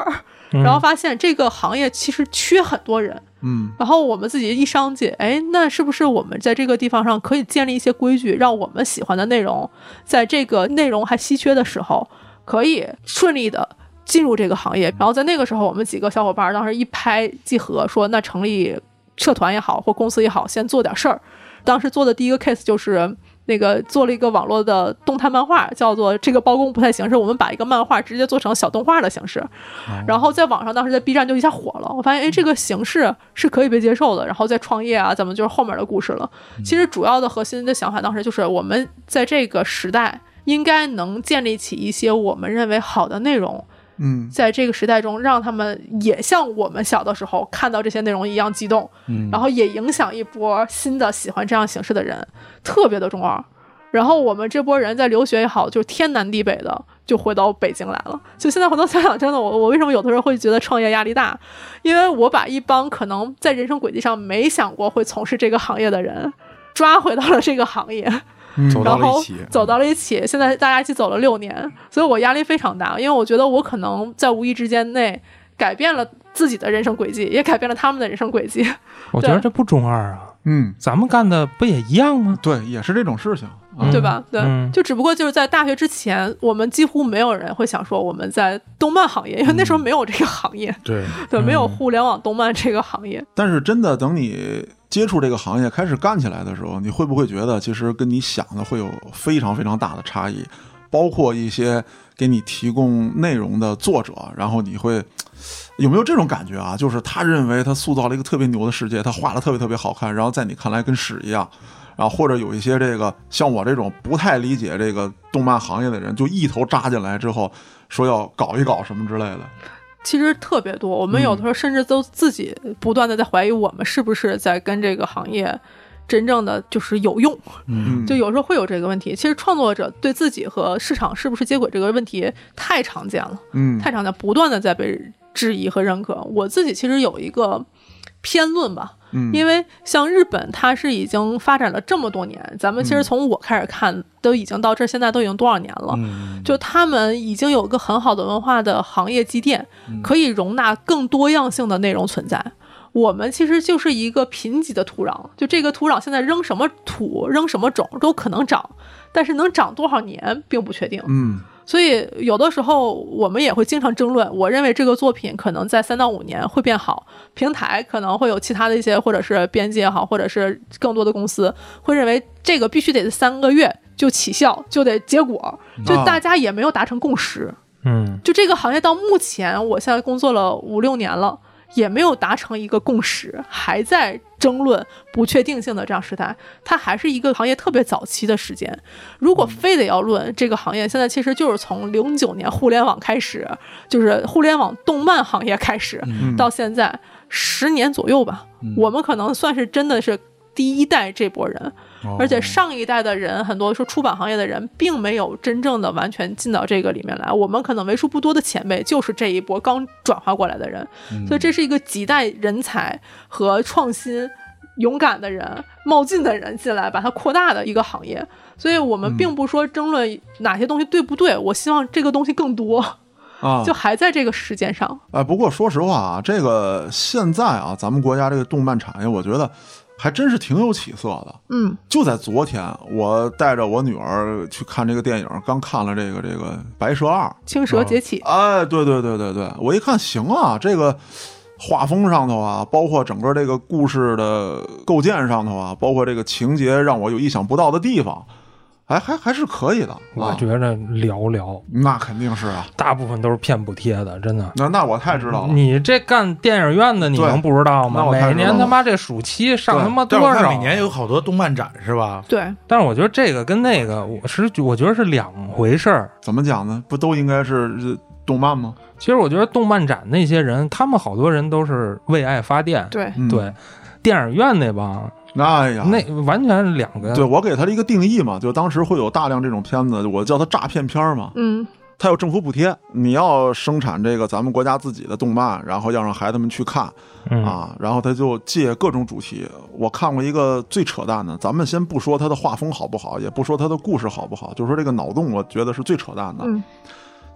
然后发现这个行业其实缺很多人。然后我们自己一商界，那是不是我们在这个地方上可以建立一些规矩，让我们喜欢的内容在这个内容还稀缺的时候可以顺利的进入这个行业。然后在那个时候我们几个小伙伴当时一拍即合，说那成立社团也好或公司也好，先做点事儿。当时做的第一个 case 就是那个做了一个网络的动态漫画，叫做这个包公不太行，是我们把一个漫画直接做成小动画的形式，然后在网上当时在 B 站就一下火了。我发现这个形式是可以被接受的，然后再创业啊，咱们就是后面的故事了。其实主要的核心的想法当时就是我们在这个时代应该能建立起一些我们认为好的内容，在这个时代中让他们也像我们小的时候看到这些内容一样激动，然后也影响一波新的喜欢这样形式的人，特别的重要。然后我们这波人在留学也好，就天南地北的就回到北京来了。就现在回头想想，真的我为什么有的时候会觉得创业压力大，因为我把一帮可能在人生轨迹上没想过会从事这个行业的人抓回到了这个行业，然后走到了一起，现在大家一起走了6年，所以我压力非常大，因为我觉得我可能在无意之间内改变了自己的人生轨迹，也改变了他们的人生轨迹。 我觉得这不中二啊，咱们干的不也一样吗？ 对，也是这种事情， 对吧？对，就只不过就是在大学之前，我们几乎没有人会想说我们在动漫行业，因为那时候没有这个行业，对，没有互联网动漫这个行业。 但是真的等你接触这个行业开始干起来的时候，你会不会觉得其实跟你想的会有非常非常大的差异？包括一些给你提供内容的作者，然后你会有没有这种感觉啊？就是他认为他塑造了一个特别牛的世界，他画的特别特别好看，然后在你看来跟屎一样。然后或者有一些这个像我这种不太理解这个动漫行业的人，就一头扎进来之后说要搞一搞什么之类的。 其实特别多，我们有的时候甚至都自己不断的在怀疑我们是不是在跟这个行业真正的就是有用，就有时候会有这个问题。其实创作者对自己和市场是不是接轨这个问题太常见了，太常见，不断的在被质疑和认可。我自己其实有一个偏论吧，因为像日本它是已经发展了这么多年，咱们其实从我开始看都已经到这，现在都已经多少年了，就他们已经有一个很好的文化的行业积淀，可以容纳更多样性的内容存在。我们其实就是一个贫瘠的土壤，就这个土壤现在扔什么土扔什么种都可能长，但是能长多少年并不确定。所以有的时候我们也会经常争论，我认为这个作品可能在3到5年会变好，平台可能会有其他的一些，或者是编辑也好，或者是更多的公司会认为这个必须得3个月就起效，就得结果，就大家也没有达成共识。就这个行业到目前我现在工作了5、6年了，也没有达成一个共识，还在争论不确定性的这样时代，它还是一个行业特别早期的时间。如果非得要论这个行业，现在其实就是从09年互联网开始，就是互联网动漫行业开始，到现在10年左右吧，我们可能算是真的是第一代这波人，而且上一代的人，很多说出版行业的人并没有真正的完全进到这个里面来，我们可能为数不多的前辈就是这一波刚转化过来的人，所以这是一个几代人才和创新勇敢的人冒进的人进来把它扩大的一个行业。所以我们并不说争论哪些东西对不对，我希望这个东西更多就还在这个时间上。 不过说实话啊，这个现在啊，咱们国家这个动漫产业，我觉得还真是挺有起色的。就在昨天，我带着我女儿去看这个电影，刚看了这个白蛇2 青蛇劫起。 对，我一看行啊，这个画风上头啊，包括整个这个故事的构建上头啊，包括这个情节让我有意想不到的地方，还是可以的。 我觉着寥寥， 那肯定是啊， 大部分都是骗补贴的，真的。 那我太知道了。 你这干电影院的，你能不知道吗？每年他妈这暑期上他妈多少？ 每年有好多动漫展是吧？ 对。 但是我觉得这个跟那个，我觉得是两回事儿。 怎么讲呢？不都应该是动漫吗？ 其实我觉得动漫展那些人，他们好多人都是为爱发电。 对， 电影院那帮。 哎呀， 那完全是两个。 对，我给他的一个定义嘛，就当时会有大量这种片子，我叫它诈骗片嘛。它有政府补贴，你要生产这个咱们国家自己的动漫，然后要让孩子们去看然后他就借各种主题。我看过一个最扯淡的，咱们先不说它的画风好不好，也不说它的故事好不好，就说这个脑洞，我觉得是最扯淡的。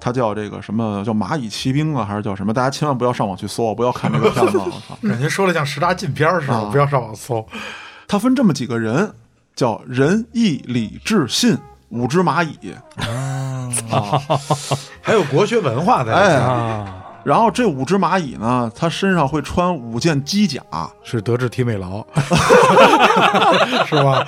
它叫这个什么叫蚂蚁骑兵啊，还是叫什么？大家千万不要上网去搜，不要看这个片子。我操， 感觉说的像10大禁片似的，不要上网搜。 它分这么几个人，叫仁义礼智信5只蚂蚁还有国学文化在然后这5只蚂蚁呢，它身上会穿5件机甲， 是德智体美劳，是吧？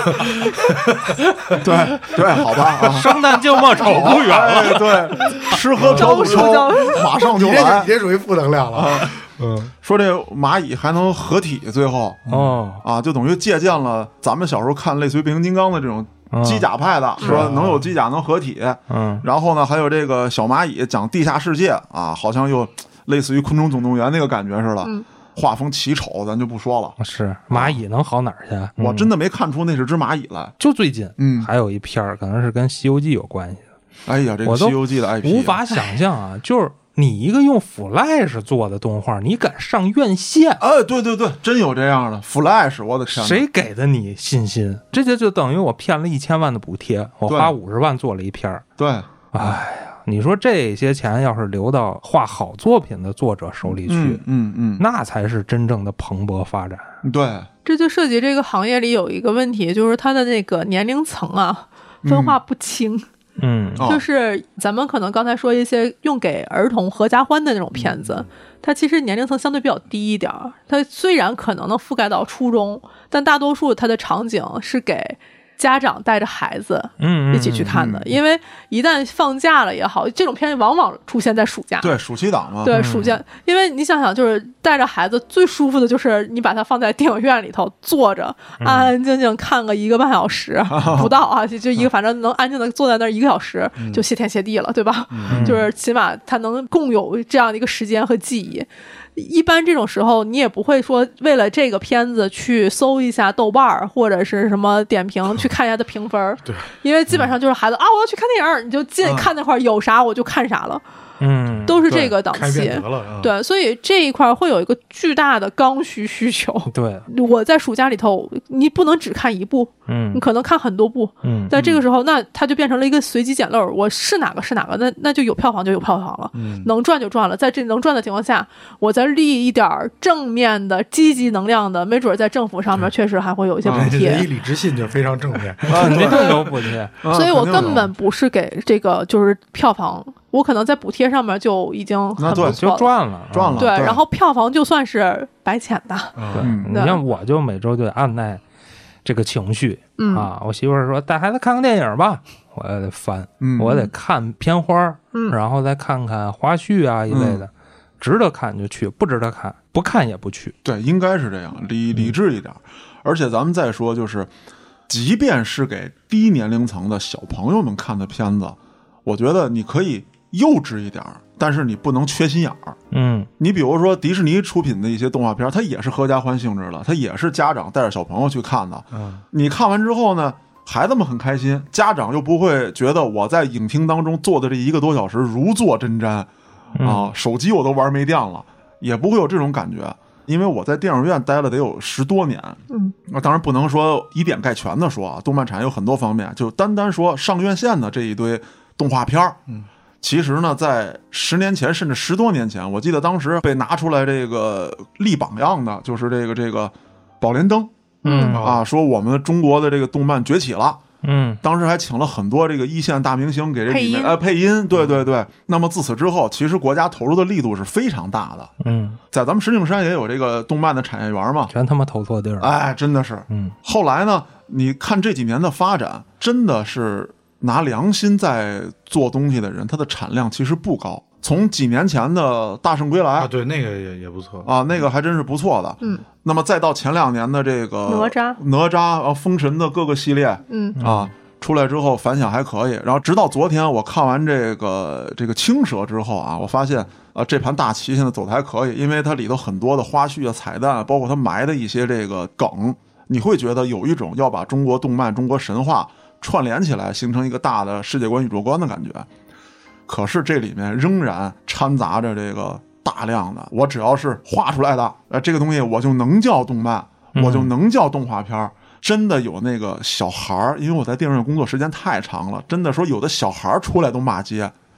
对，好吧， 生旦净末丑不远了， 对，吃喝嫖赌抽马上就来， 你这属于负能量了。 说这蚂蚁还能合体，最后就等于借鉴了咱们小时候看类似于变形金刚的这种机甲派的，说能有机甲能合体，然后呢还有这个小蚂蚁讲地下世界啊，好像又类似于昆虫总动员那个感觉似的，画风奇丑咱就不说了。 是蚂蚁能好哪儿去？ 我真的没看出那是只蚂蚁来。 就最近还有一片可能是跟西游记有关系的。 哎呀，这个西游记的 IP 无法想象啊，就是你一个用 Flash 做的动画，你敢上院线？ 对，真有这样的 Flash， 我的天！ 谁给的你信心？这就等于我骗了1000万的补贴，我花50万做了一片。 对， 哎呀，你说这些钱要是流到画好作品的作者手里去，那才是真正的蓬勃发展。 对， 这就涉及这个行业里有一个问题，就是它的那个年龄层啊，分化不清。就是咱们可能刚才说一些用给儿童合家欢的那种片子，它其实年龄层相对比较低一点，它虽然可能能覆盖到初中，但大多数它的场景是给家长带着孩子一起去看的，因为一旦放假了也好，这种片往往出现在暑假， 对，暑期档嘛， 对，暑假，因为你想想，就是带着孩子最舒服的就是你把它放在电影院里头坐着，安安静静看个1个半小时不到啊，就一个反正能安静的坐在那儿1个小时，就谢天谢地了，对吧？就是起码它能共有这样的一个时间和记忆。一般这种时候你也不会说为了这个片子去搜一下豆瓣或者是什么点评去看一下它评分，对，因为基本上就是孩子我要去看电影，你就进看那块有啥我就看啥了，都是这个档期，对，所以这一块会有一个巨大的刚需求。对，我在暑假里头，你不能只看一部，你可能看很多部，在这个时候，那它就变成了一个随机捡漏，我是哪个是哪个，那就有票房就有票房了，能赚就赚了。在这能赚的情况下，我再立一点正面的、积极能量的，没准在政府上面确实还会有一些补贴。 仁义礼智信就非常正面， 肯定有补贴， 所以我根本不是给这个就是票房。我可能在补贴上面就已经很不错了， 就赚了。 对，然后票房就算是白浅的。 你像我就每周就得按耐这个情绪啊。我媳妇儿说带孩子看个电影吧，我也得翻，我得看片花，然后再看看花絮啊一类的，值得看就去，不值得看不看也不去。 对，应该是这样，理智一点。而且咱们再说，就是即便是给低年龄层的小朋友们看的片子，我觉得你可以幼稚一点，但是你不能缺心眼儿。你比如说迪士尼出品的一些动画片，它也是合家欢性质的，它也是家长带着小朋友去看的。你看完之后呢，孩子们很开心，家长又不会觉得我在影厅当中坐的这1个多小时如坐针毡手机我都玩没电了，也不会有这种感觉。因为我在电影院待了得有10多年，当然不能说以点概全的说啊，动漫产业有很多方面，就单说上院线的这一堆动画片其实呢，在10年前甚至10多年前，我记得当时被拿出来这个立榜样的，就是这个宝莲灯，说我们中国的这个动漫崛起了，当时还请了很多这个一线大明星给这里面配音，对。那么自此之后，其实国家投入的力度是非常大的，在咱们石景山也有这个动漫的产业园嘛， 全他妈投错地儿， 哎，真的是，后来呢，你看这几年的发展，真的是。拿良心在做东西的人，他的产量其实不高。从几年前的大圣归来对，那个也不错那个还真是不错的。那么再到前2年的这个哪吒封神的各个系列，出来之后反响还可以。然后直到昨天我看完这个青蛇之后我发现这盘大棋现在走的还可以，因为它里头很多的花絮彩蛋，包括它埋的一些这个梗，你会觉得有一种要把中国动漫、中国神话串联起来形成一个大的世界观宇宙观的感觉。可是这里面仍然掺杂着这个大量的我只要是画出来的这个东西我就能叫动漫，我就能叫动画片。真的有那个小孩，因为我在电影院工作时间太长了，真的说有的小孩出来都骂街，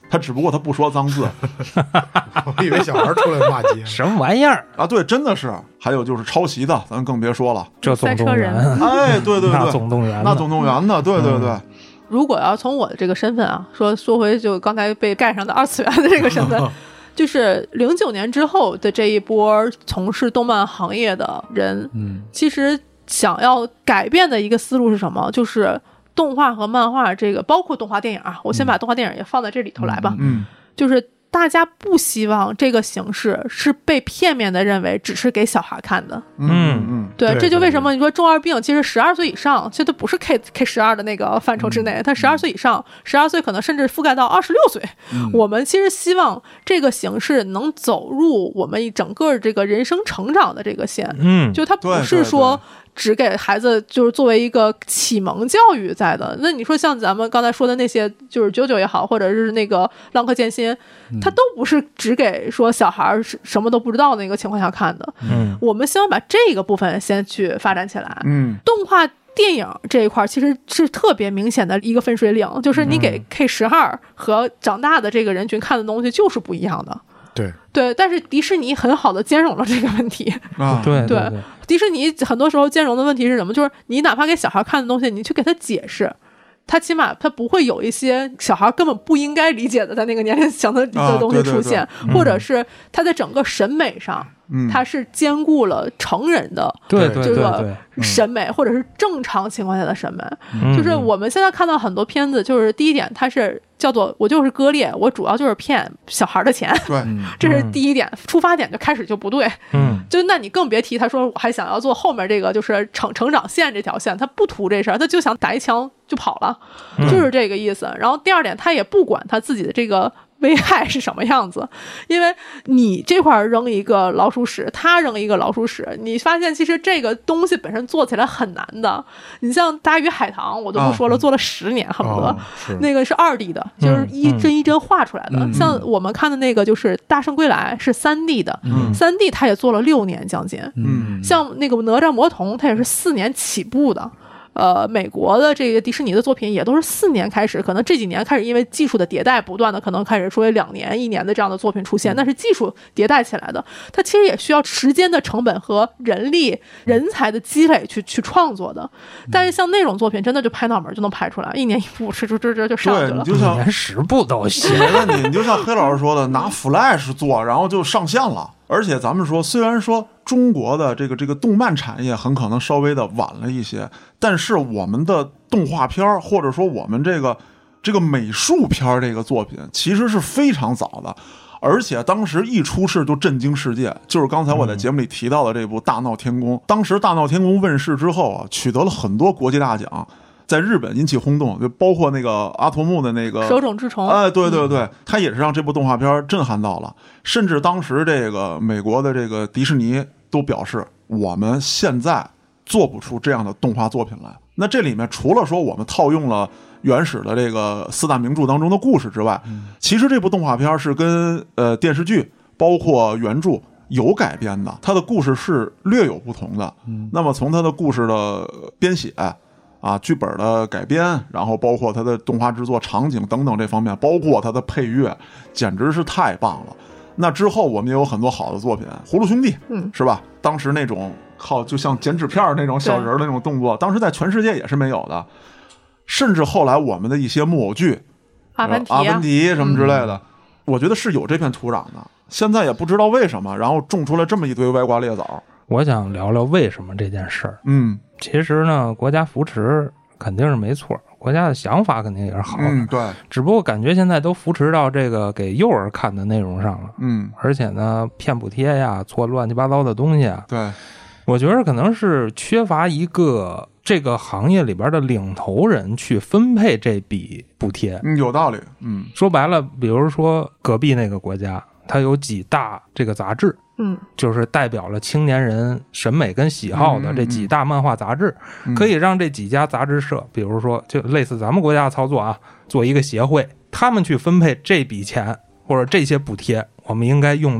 他只不过他不说脏字。 我以为小孩出来骂街， 什么玩意儿啊？对，真的是。还有就是抄袭的，咱更别说了。 这总动员， 哎，对对对， 那总动员， 那总动员的，对对对。 如果要从我的这个身份啊，说回就刚才被盖上的二次元的这个身份。就是09年之后的这一波从事动漫行业的人，其实想要改变的一个思路是什么？就是动画和漫画这个，包括动画电影啊，我先把动画电影也放在这里头来吧。就是大家不希望这个形式是被片面的认为只是给小孩看的。对，这就为什么你说中二病其实12岁以上，其实它不是 K12的那个范畴之内，它12岁以上，12岁可能甚至覆盖到26岁。我们其实希望这个形式能走入我们整个这个人生成长的这个线。就它不是说只给孩子就是作为一个启蒙教育在的。那你说像咱们刚才说的那些，就是JoJo也好，或者是那个浪客剑心，它都不是只给说小孩什么都不知道的那个情况下看的。我们希望把这个部分先去发展起来。动画电影这一块其实是特别明显的一个分水岭，就是你给 K12和长大的这个人群看的东西就是不一样的。对，但是迪士尼很好的兼容了这个问题。 对， 迪士尼很多时候兼容的问题是什么？就是你哪怕给小孩看的东西，你去给他解释，他起码他不会有一些小孩根本不应该理解的在那个年龄层的东西出现，或者是他在整个审美上，它是兼顾了成人的这个审美，或者是正常情况下的审美。就是我们现在看到很多片子，就是第一点，它是叫做我就是割裂，我主要就是骗小孩的钱。 对， 这是第一点，出发点就开始就不对。就那你更别提他说我还想要做后面这个就是成长线这条线，他不图这事儿，他就想打一枪就跑了，就是这个意思。然后第二点，他也不管他自己的这个危害是什么样子，因为你这块扔一个老鼠屎，他扔一个老鼠屎，你发现其实这个东西本身做起来很难的。你像大鱼海棠，我都不说了，做了10年恨不得，那个是2D 的，就是一帧一帧画出来的。像我们看的那个就是大圣归来是3D 的，3D 他也做了6年将近。像那个哪吒魔童，他也是4年起步的。美国的这个迪士尼的作品也都是4年开始，可能这几年开始因为技术的迭代不断的可能开始说2年1年的这样的作品出现，那是技术迭代起来的，它其实也需要时间的成本和人力人才的积累去创作的。但是像那种作品真的就拍脑门就能拍出来，1年1部这就上去了， 对，你就像 1年10部都行。 你就像黑老师说的，拿 Flash 做，然后就上线了。而且咱们说，虽然说中国的这个动漫产业很可能稍微的晚了一些，但是我们的动画片或者说我们这个美术片这个作品其实是非常早的，而且当时一出世就震惊世界。就是刚才我在节目里提到的这部《大闹天宫》，当时《大闹天宫》问世之后啊，取得了很多国际大奖。在日本引起轰动，就包括那个阿童木的那个手冢治虫， 哎，对对对，他也是让这部动画片震撼到了。甚至当时这个美国的这个迪士尼都表示，我们现在做不出这样的动画作品来。那这里面除了说我们套用了原始的这个4大名著当中的故事之外，其实这部动画片是跟电视剧包括原著有改编的，它的故事是略有不同的。那么从它的故事的编写剧本的改编，然后包括它的动画制作、场景等等这方面，包括它的配乐，简直是太棒了。那之后我们也有很多好的作品，葫芦兄弟，是吧？当时那种靠就像剪纸片那种小人的那种动作，当时在全世界也是没有的。甚至后来我们的一些木偶剧，阿凡提什么之类的，我觉得是有这片土壤的。现在也不知道为什么，然后种出来这么一堆歪瓜裂枣。 我想聊聊为什么这件事儿。其实呢，国家扶持肯定是没错，国家的想法肯定也是好的。 对。 只不过感觉现在都扶持到这个给幼儿看的内容上了。而且呢，骗补贴呀，做乱七八糟的东西啊。 对。 我觉得可能是缺乏一个这个行业里边的领头人去分配这笔补贴。 有道理。 说白了，比如说隔壁那个国家，它有几大这个杂志。就是代表了青年人审美跟喜好的这几大漫画杂志，可以让这几家杂志社，比如说就类似咱们国家的操作啊，做一个协会，他们去分配这笔钱或者这些补贴，我们应该用在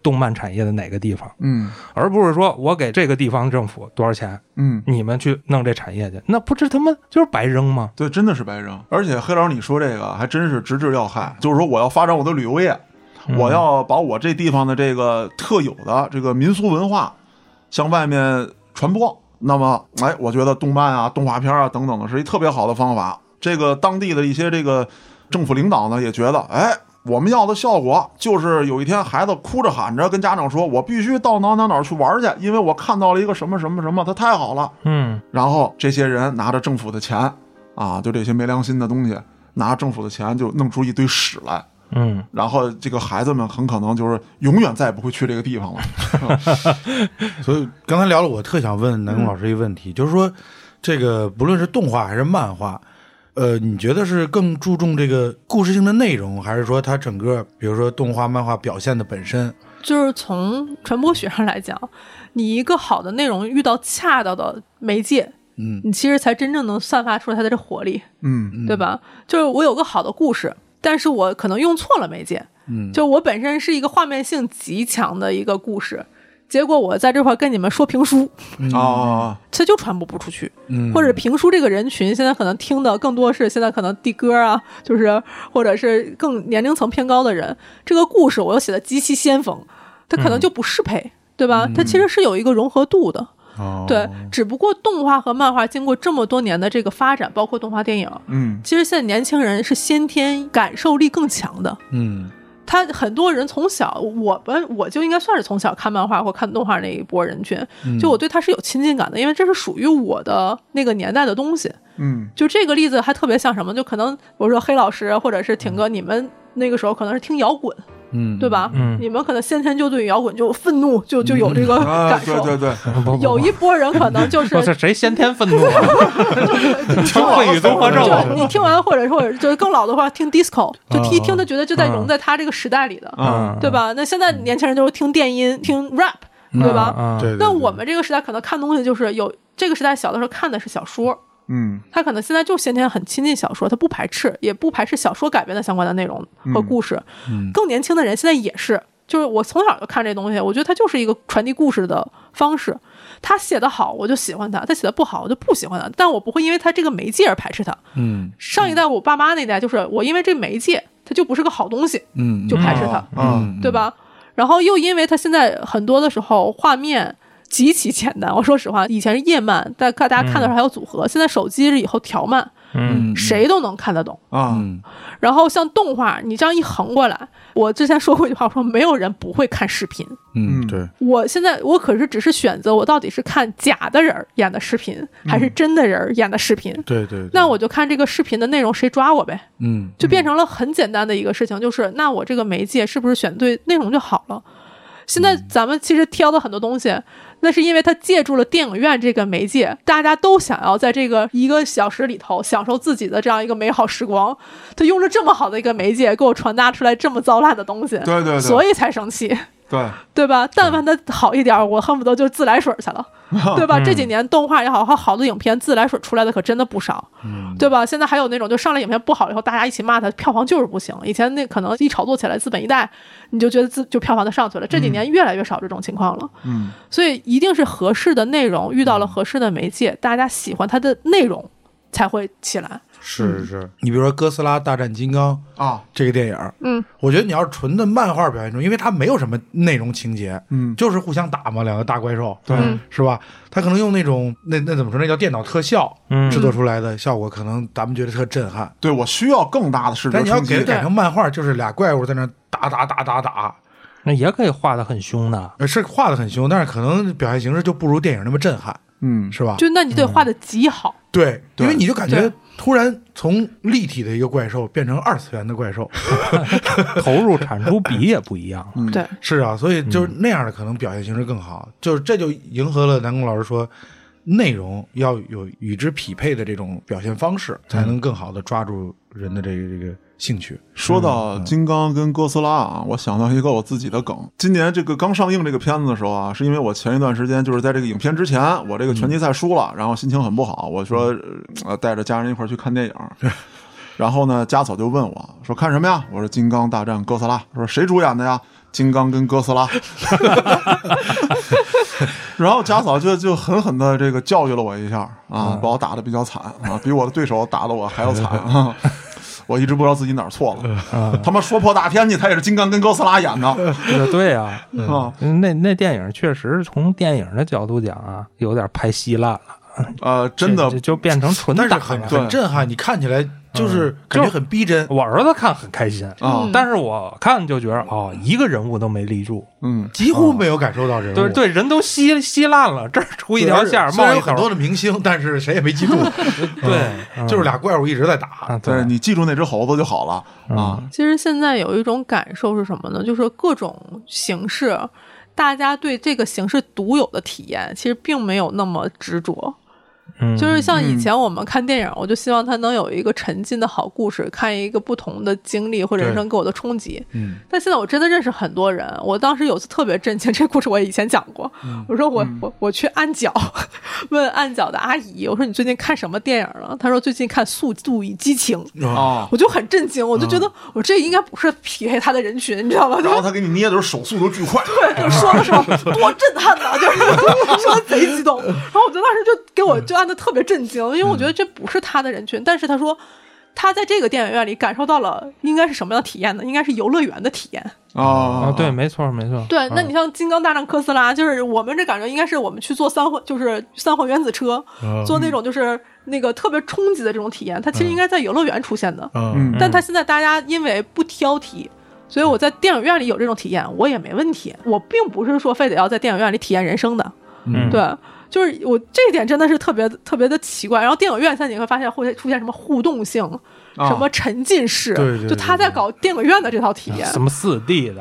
动漫产业的哪个地方，而不是说我给这个地方政府多少钱，你们去弄这产业去，那不是他妈就是白扔吗？ 对，真的是白扔。而且黑老师你说这个还真是直至要害，就是说我要发展我的旅游业，我要把我这地方的这个特有的这个民俗文化向外面传播，那么我觉得动漫啊、动画片啊等等的是一特别好的方法。这个当地的一些这个政府领导呢也觉得，我们要的效果就是有一天孩子哭着喊着跟家长说，我必须到哪去玩去，因为我看到了一个什么什么什么，它太好了。然后这些人拿着政府的钱啊，就这些没良心的东西，拿着政府的钱就弄出一堆屎来。然后这个孩子们很可能就是永远再也不会去这个地方了。 所以刚才聊了，我特想问南宫老师一个问题，就是说这个不论是动画还是漫画，你觉得是更注重这个故事性的内容，还是说它整个比如说动画漫画表现的本身？ 就是从传播学上来讲，你一个好的内容遇到恰到的媒介，你其实才真正能散发出它的这活力，对吧？就是我有个好的故事，但是我可能用错了媒介，就我本身是一个画面性极强的一个故事，结果我在这块跟你们说评书它就传播不出去，或者评书这个人群现在可能听的更多是现在可能地歌啊，就是或者是更年龄层偏高的人，这个故事我又写的极其先锋，它可能就不适配，对吧？它其实是有一个融合度的。对，只不过动画和漫画经过这么多年的这个发展，包括动画电影，其实现在年轻人是先天感受力更强的，他很多人从小，我就应该算是从小看漫画或看动画那一波人群，就我对他是有亲近感的，因为这是属于我的那个年代的东西。就这个例子还特别像什么，就可能比如说黑老师或者是挺哥，你们那个时候可能是听摇滚，对吧？你们可能先天就对摇滚就愤怒，就有这个感受。 对， 有一波人可能就是谁先天愤怒啊？听会语综合症。 就你听完或者就是更老的话，听 disco， 就一听他觉得就在融在他这个时代里的，对吧？那现在年轻人就是听电音，听 rap， 对吧？那我们这个时代可能看东西就是有这个时代小的时候看的是小说。他可能现在就先天很亲近小说，他不排斥，也不排斥小说改编的相关的内容和故事。更年轻的人现在也是，就是我从小就看这东西，我觉得它就是一个传递故事的方式。他写的好，我就喜欢他；他写的不好，我就不喜欢他。但我不会因为他这个媒介而排斥他。上一代我爸妈那代就是我因为这媒介，它就不是个好东西，就排斥他，对吧？然后又因为他现在很多的时候画面极其简单，我说实话，以前是页漫，大家看的时候还有组合，现在手机是以后调慢，谁都能看得懂啊。然后像动画，你这样一横过来，我之前说过一句话，我说没有人不会看视频。 对。 我现在我可是只是选择我到底是看假的人演的视频，还是真的人演的视频。 对。 那我就看这个视频的内容谁抓我呗。就变成了很简单的一个事情，就是那我这个媒介是不是选对内容就好了？现在咱们其实挑的很多东西，那是因为他借助了电影院这个媒介，大家都想要在这个1个小时里头享受自己的这样一个美好时光，他用了这么好的一个媒介给我传达出来这么糟烂的东西， 对， 所以才生气。对吧？但凡它好一点，我恨不得就自来水去了，对吧？这几年动画也好，好的影片自来水出来的可真的不少，对吧？现在还有那种就上来影片不好以后，大家一起骂它，票房就是不行。以前那可能一炒作起来，资本一带，你就觉得就票房就上去了。这几年越来越少这种情况了，所以一定是合适的内容遇到了合适的媒介，大家喜欢它的内容才会起来。 是，你比如说哥斯拉大战金刚这个电影，我觉得你要是纯的漫画表现中，因为它没有什么内容情节，就是互相打嘛，两个大怪兽， 对， 是吧？他可能用那种那怎么说，那叫电脑特效制作出来的效果，可能咱们觉得特震撼。 对，我需要更大的视觉冲击。 但你要给它改成漫画，就是俩怪物在那打， 那也可以画得很凶的， 是画得很凶，但是可能表现形式就不如电影那么震撼，是吧？ 就那你得画得极好。 对，因为你就感觉突然从立体的一个怪兽变成2次元的怪兽， 投入产出比也不一样。 对， 是啊，所以就是那样的可能表现形式更好，就是这就迎合了南宫老师说，内容要有与之匹配的这种表现方式，才能更好的抓住人的这个兴趣。 说到金刚跟哥斯拉啊，我想到一个我自己的梗。今年这个刚上映这个片子的时候啊，是因为我前一段时间就是在这个影片之前，我这个拳击赛输了，然后心情很不好，我说带着家人一块去看电影。然后呢，家嫂就问我说看什么呀？我说金刚大战哥斯拉。说谁主演的呀？ 金刚跟哥斯拉。然后家嫂就狠狠的这个教育了我一下啊，把我打得比较惨啊，比我的对手打得我还要惨啊。我一直不知道自己哪儿错了，他妈说破大天去，他也是金刚跟哥斯拉演的。 对啊，那电影确实从电影的角度讲啊，有点拍稀烂了。 真的就变成纯打了， 但是很震撼，你看起来就是感觉很逼真。 我儿子看很开心啊，但是我看就觉得一个人物都没立住， 几乎没有感受到人物。 对，人都稀烂了，这儿出一条线， 虽然有很多的明星，但是谁也没记住。 对， 就是俩怪物一直在打。 对，你记住那只猴子就好了啊。 其实现在有一种感受是什么呢？就是各种形式，大家对这个形式独有的体验，其实并没有那么执着。就是像以前我们看电影，我就希望它能有一个沉浸的好故事，看一个不同的经历或者人生给我的冲击。但现在我真的认识很多人，我当时有次特别震惊，这故事我以前讲过。我说我去按脚，问按脚的阿姨，我说你最近看什么电影了？她说最近看《速度与激情》。我就很震惊，我就觉得我这应该不是匹配他的人群，你知道吗？ 然后他给你捏的时候手速都巨快， 对，说的时候多震撼呐，就是说贼激动。然后我就当时就给我就按的特别震惊，因为我觉得这不是他的人群，但是他说他在这个电影院里感受到了应该是什么样的体验呢？应该是游乐园的体验对，没错。 对，那你像《金刚大战哥斯拉》，就是我们这感觉应该是我们去坐三环原子车，坐那种就是那个特别冲击的这种体验，它其实应该在游乐园出现的。但它现在大家因为不挑剔，所以我在电影院里有这种体验我也没问题，我并不是说非得要在电影院里体验人生的。对，就是我这一点真的是特别特别的奇怪。然后电影院现在你会发现会出现什么互动性，什么沉浸式，就他在搞电影院的这套体验， 什么4D 的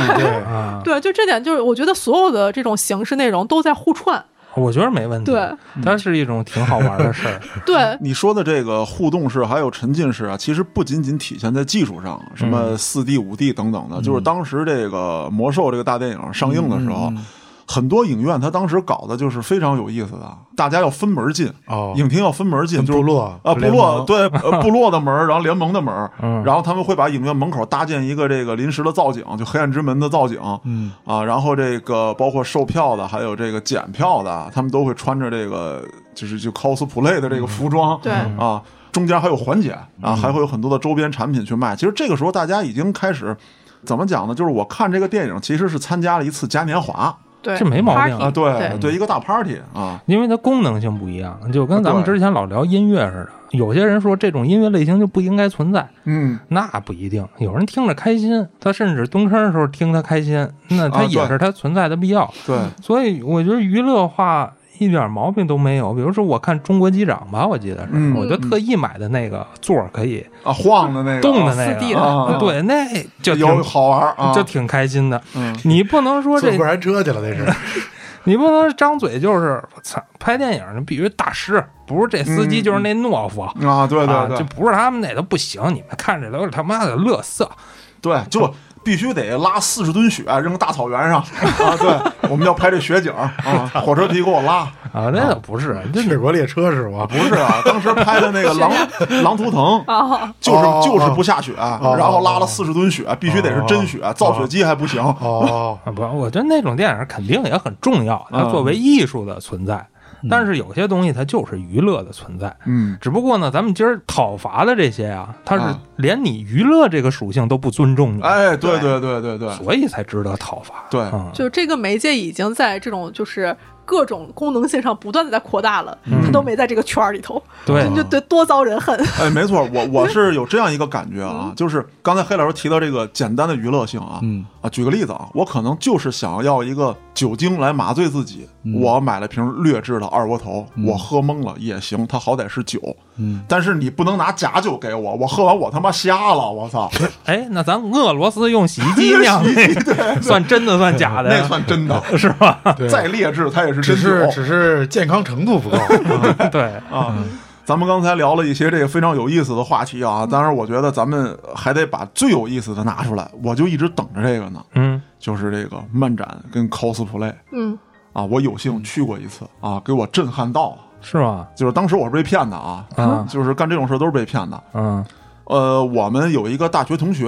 4D， 对，就这点就是我觉得所有的这种形式内容都在互串。 我觉得没问题， 对， 它是一种挺好玩的事儿。 对， 你说的这个互动式还有沉浸式啊，其实不仅仅体现在技术上，什么4D、5D 等等的，就是当时这个魔兽这个大电影上映的时候。很多影院它当时搞的就是非常有意思的，大家要分门进，影厅要分门进，就是部落对部落的门，然后联盟的门，然后他们会把影院门口搭建一个这个临时的造景，就黑暗之门的造景，然后这个包括售票的，还有这个检票的，他们都会穿着这个就 cosplay 的这个服装， 对啊，中间还有缓解啊，还会有很多的周边产品去卖。其实这个时候大家已经开始怎么讲呢？就是我看这个电影其实是参加了一次嘉年华。 对， 这没毛病啊！对，一个大 party 啊， 因为它功能性不一样，就跟咱们之前老聊音乐似的。有些人说这种音乐类型就不应该存在，那不一定。有人听着开心，他甚至蹲坑的时候听他开心，那他也是他存在的必要。 对， 所以我觉得娱乐化一点毛病都没有。比如说我看中国机长吧，我记得是，我就特意买的那个座可以晃的那个动的那个 4D 的， 对，那就有好玩啊， 就挺开心的。你不能说这坐过山车去了，那是。 你不能张嘴就是拍电影，你必须大师，不是这司机就是那懦夫啊！对， 就不是他们那都不行，你们看这都是他妈的垃圾。 对，就必须得拉40吨雪扔大草原上啊！对，我们要拍这雪景啊，火车皮给我拉啊，那个不是， 雪国列车是吧？ 不是啊，当时拍的那个狼图腾就是不下雪，然后拉了40吨雪，必须得是真雪，造雪机还不行。 不，我觉得那种电影肯定也很重要，它作为艺术的存在。但是有些东西它就是娱乐的存在，只不过呢，咱们今儿讨伐的这些啊，它是连你娱乐这个属性都不尊重你， 哎，对， 所以才值得讨伐。 对， 就这个媒介已经在这种就是各种功能性上不断的在扩大了，它都没在这个圈里头， 对， 就得多遭人恨。 哎，没错，我是有这样一个感觉啊，就是刚才黑老师提到这个简单的娱乐性啊，举个例子啊，我可能就是想要一个酒精来麻醉自己，我买了瓶劣质的二锅头，我喝懵了也行，它好歹是酒，但是你不能拿假酒给我，我喝完我他妈瞎了，我操！ 哎，那咱俄罗斯用洗衣机酿的，算真的算假的？ 那算真的是吧？ 再劣质它也是真酒，只是健康程度不够。 对啊。咱们刚才聊了一些这个非常有意思的话题啊，当然我觉得咱们还得把最有意思的拿出来，我就一直等着这个呢，就是这个漫展跟 cosplay，我有幸去过一次啊，给我震撼到了， 是吗？ 就是当时我是被骗的啊，就是干这种事都是被骗的，我们有一个大学同学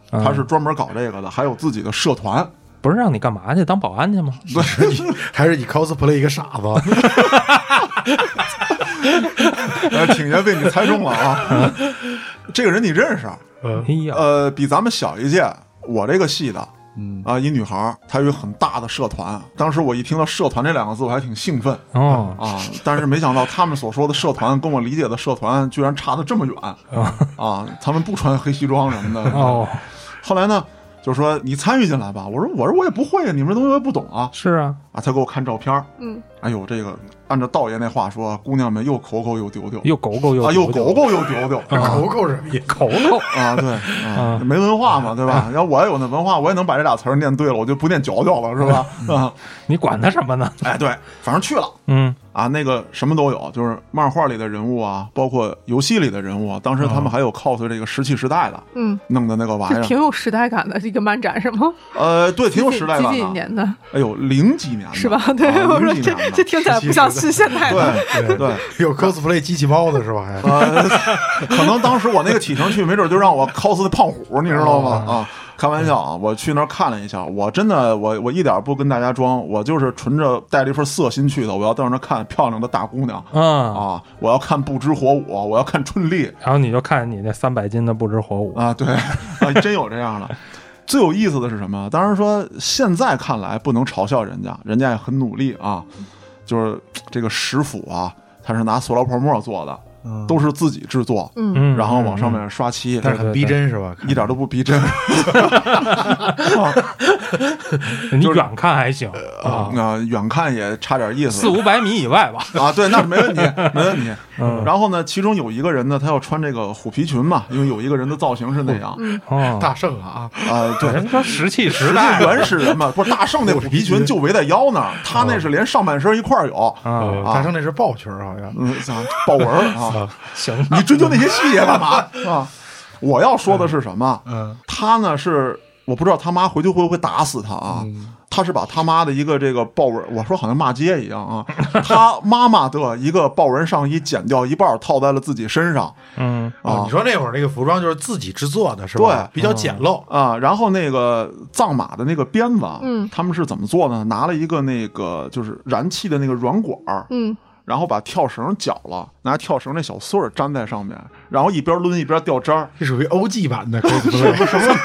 他是专门搞这个的，还有自己的社团。 不是让你干嘛去？当保安去吗？ 不是你，还是你 cosplay 一个傻子？ 挺爷被你猜中了啊！这个人你认识？比咱们小一届，我这个系的。一女孩，她有很大的社团。当时我一听到社团这两个字，我还挺兴奋但是没想到他们所说的社团跟我理解的社团居然差得这么远他们不穿黑西装什么的后来呢就说你参与进来吧，我说我也不会啊，你们这东西我也不懂啊。 是啊， 他给我看照片，哎呦，这个按照道爷那话说，姑娘们又口口又丢丢， 又狗狗又又狗狗又丢丢， 狗狗是屁， 狗狗对没文化嘛，对吧？要我要有那文化，我也能把这俩词儿念对了，我就不念嚼嚼了，是吧？ 你管他什么呢？ 哎，对，反正去了，那个什么都有，就是漫画里的人物啊，包括游戏里的人物啊。当时他们还有 cos 这个石器时代的，弄的那个玩意儿， 挺有时代感的一个漫展是吗？ 对，挺有时代感的。 几年的？ 哎呦，00几年的是吧？对，我说这听起来不像是现代的。对， 有 cosplay 机器猫的是吧？ 可能当时我那个启程去，没准就让我 cos 的胖虎，你知道吗？开玩笑啊！我去那儿看了一下，我真的我一点不跟大家装，我就是纯着带了一份色心去的。我要到那儿看漂亮的大姑娘，我要看不知火舞，我要看春丽。 然后你就看你那300斤的不知火舞对真有这样的。最有意思的是什么？当然说现在看来不能嘲笑人家，人家也很努力啊。就是这个石斧啊，它是拿塑料泡沫做的。都是自己制作，然后往上面刷漆， 但是很逼真是吧？ 一点都不逼真。 你远看还行远看也差点意思 ，400-500米以外吧。 对，那没问题，没问题。然后呢，其中有一个人呢，他要穿这个虎皮裙嘛，因为有一个人的造型是那样。 大圣啊， 对， 人说石器时代原始人嘛，不是大圣那虎皮裙就围在腰那儿，他那是连上半身一块有。 大圣那是豹裙好像， 豹纹啊。 行， 你追究那些细节干嘛我要说的是什么？他呢是我不知道他妈回去会不会打死他啊？他是把他妈的一个这个豹纹，我说好像骂街一样啊。他妈妈的一个豹纹上衣剪掉一半，套在了自己身上。 你说那会儿那个服装就是自己制作的是吧？ 对， 比较简陋然后那个藏马的那个鞭子，他们是怎么做呢？拿了一个那个就是燃气的那个软管然后把跳绳绞了，拿跳绳那小穗儿粘在上面，然后一边抡一边掉渣儿。 这属于OG 版的，什么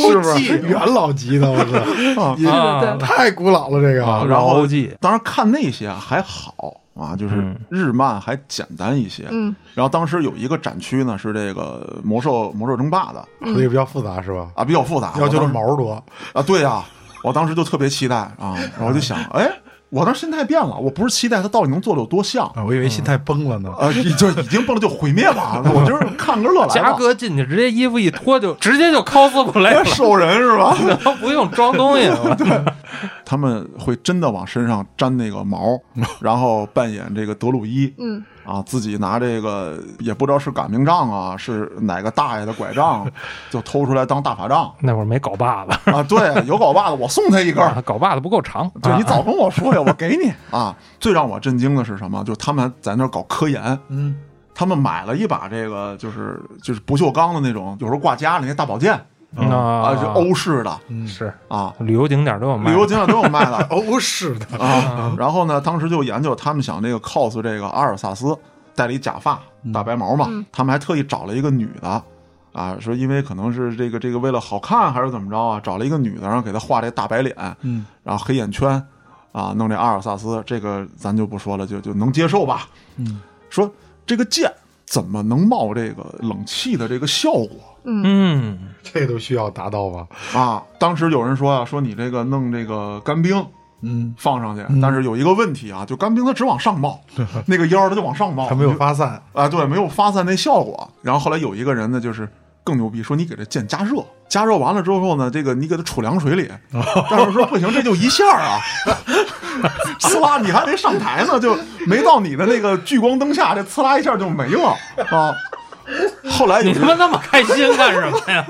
OG 元老级的，我操！太古老了这个。 然后 OG， 当然看那些还好就是日漫还简单一些。然后当时有一个展区呢，是这个魔兽争霸的， 所以比较复杂是吧？ 比较复杂， 要求的毛多对呀。我当时就特别期待然后我就想，我当时心态变了，我不是期待他到底能做的有多像我以为心态崩了呢。 就已经崩了，就毁灭吧。我就是看个乐来。 嘉哥进去直接衣服一脱就直接就 cosplay 了， 兽人是吧？ 不用装东西了。 对，他们会真的往身上粘那个毛，然后扮演这个德鲁伊。自己拿这个也不知道是擀面杖是哪个大爷的拐杖，就偷出来当大法杖。 那会儿没镐把子对，有镐把子，我送他一根。 镐把子不够长， 对，你早跟我说呀，我给你最让我震惊的是什么？就他们在那儿搞科研，他们买了一把这个就是不锈钢的那种，有时候挂家里那大宝剑。是欧式的， 是旅游景点都有卖， 的欧式的然后呢，当时就研究，他们想这个 cos 这个阿尔萨斯，戴了一假发，大白毛嘛，他们还特意找了一个女的说因为可能是这个为了好看还是怎么着找了一个女的，然后给她画这大白脸，然后黑眼圈弄这阿尔萨斯，这个咱就不说了，就能接受吧。说这个剑怎么能冒这个冷气的这个效果？ 这都需要达到吧？ 当时有人说说你这个弄这个干冰，放上去，但是有一个问题就干冰它只往上冒，那个腰它就往上冒， 它没有发散对，没有发散那效果。然后后来有一个人呢，就是更牛逼，说你给这剑加热，加热完了之后呢，这个你给它杵凉水里，但是说不行，这就一下呲啦，你还得上台呢，就没到你的那个聚光灯下，这呲啦一下就没了后来你他妈那么开心干什么呀？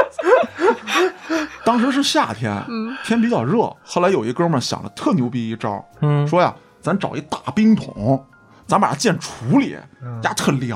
当时是夏天，天比较热。后来有一哥们儿想了特牛逼一招，说呀，咱找一大冰桶，咱把剑处理，特凉，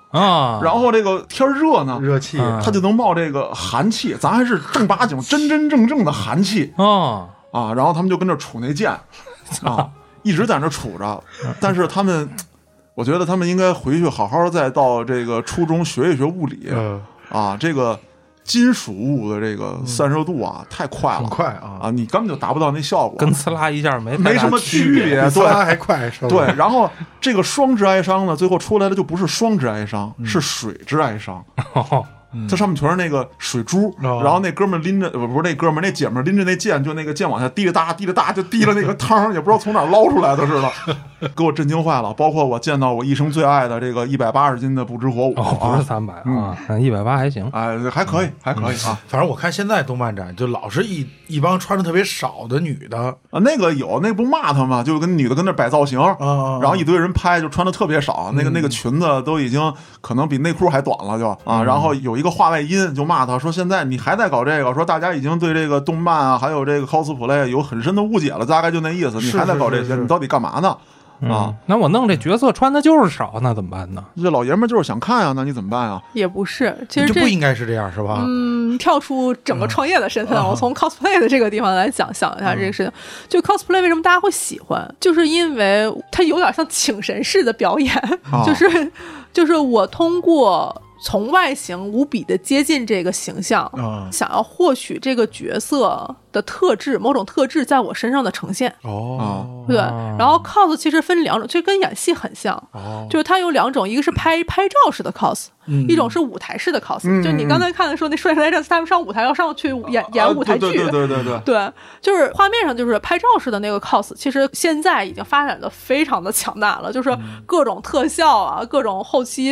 啊，然后这个天热呢， 热气它就能冒这个寒气，咱还是正八经真真正正的寒气啊，然后他们就跟这储那剑啊，一直在那储着，但是他们。我觉得他们应该回去好好再到这个初中学一学物理啊，这个金属物的这个散热度啊太快了， 很快啊， 你根本就达不到那效果， 跟呲啦一下没什么区别， 呲啦还快是吧？ 对，然后这个双质哀伤呢，最后出来的就不是双质哀伤，是水质哀伤。它上面全是那个水珠，然后那哥们拎着不是那哥们那姐们拎着那剑，就那个剑往下滴了哒滴了哒，就滴了那个汤，也不知道从哪捞出来的似的，给我震惊坏了。包括我见到我一生最爱的这个180斤的不知火舞， 不是300啊，180还行， 哎，还可以啊。 反正我看现在动漫展就老是一帮穿的特别少的女的啊，那个有那不骂他吗？就跟女的跟那摆造型，然后一堆人拍，就穿的特别少，那个裙子都已经可能比内裤还短了，就啊，然后有一个话外音就骂他说：“现在你还在搞这个？说大家已经对这个动漫啊，还有这个 cosplay 有很深的误解了，大概就那意思。你还在搞这些，你到底干嘛呢？”啊， 那我弄这角色穿的就是少，那怎么办呢？ 这老爷们就是想看啊，那你怎么办啊？ 也不是，其实这不应该是这样，是吧？ 跳出整个创业的身份，我从 cosplay 的这个地方来想一下这个事情。就 cosplay 为什么大家会喜欢，就是因为它有点像请神式的表演，就是我通过。从外形无比的接近这个形象，想要获取这个角色的特质，某种特质在我身上的呈现。对。然后 cos 其实分2种，这跟演戏很像，就是它有2种，一个是拍照式的 cos，一种是舞台式的 cos。就你刚才看的说那帅哥来着，他们上舞台要上去演舞台剧，对，就是画面上就是拍照式的那个 cos，其实现在已经发展的非常的强大了，就是各种特效啊，各种后期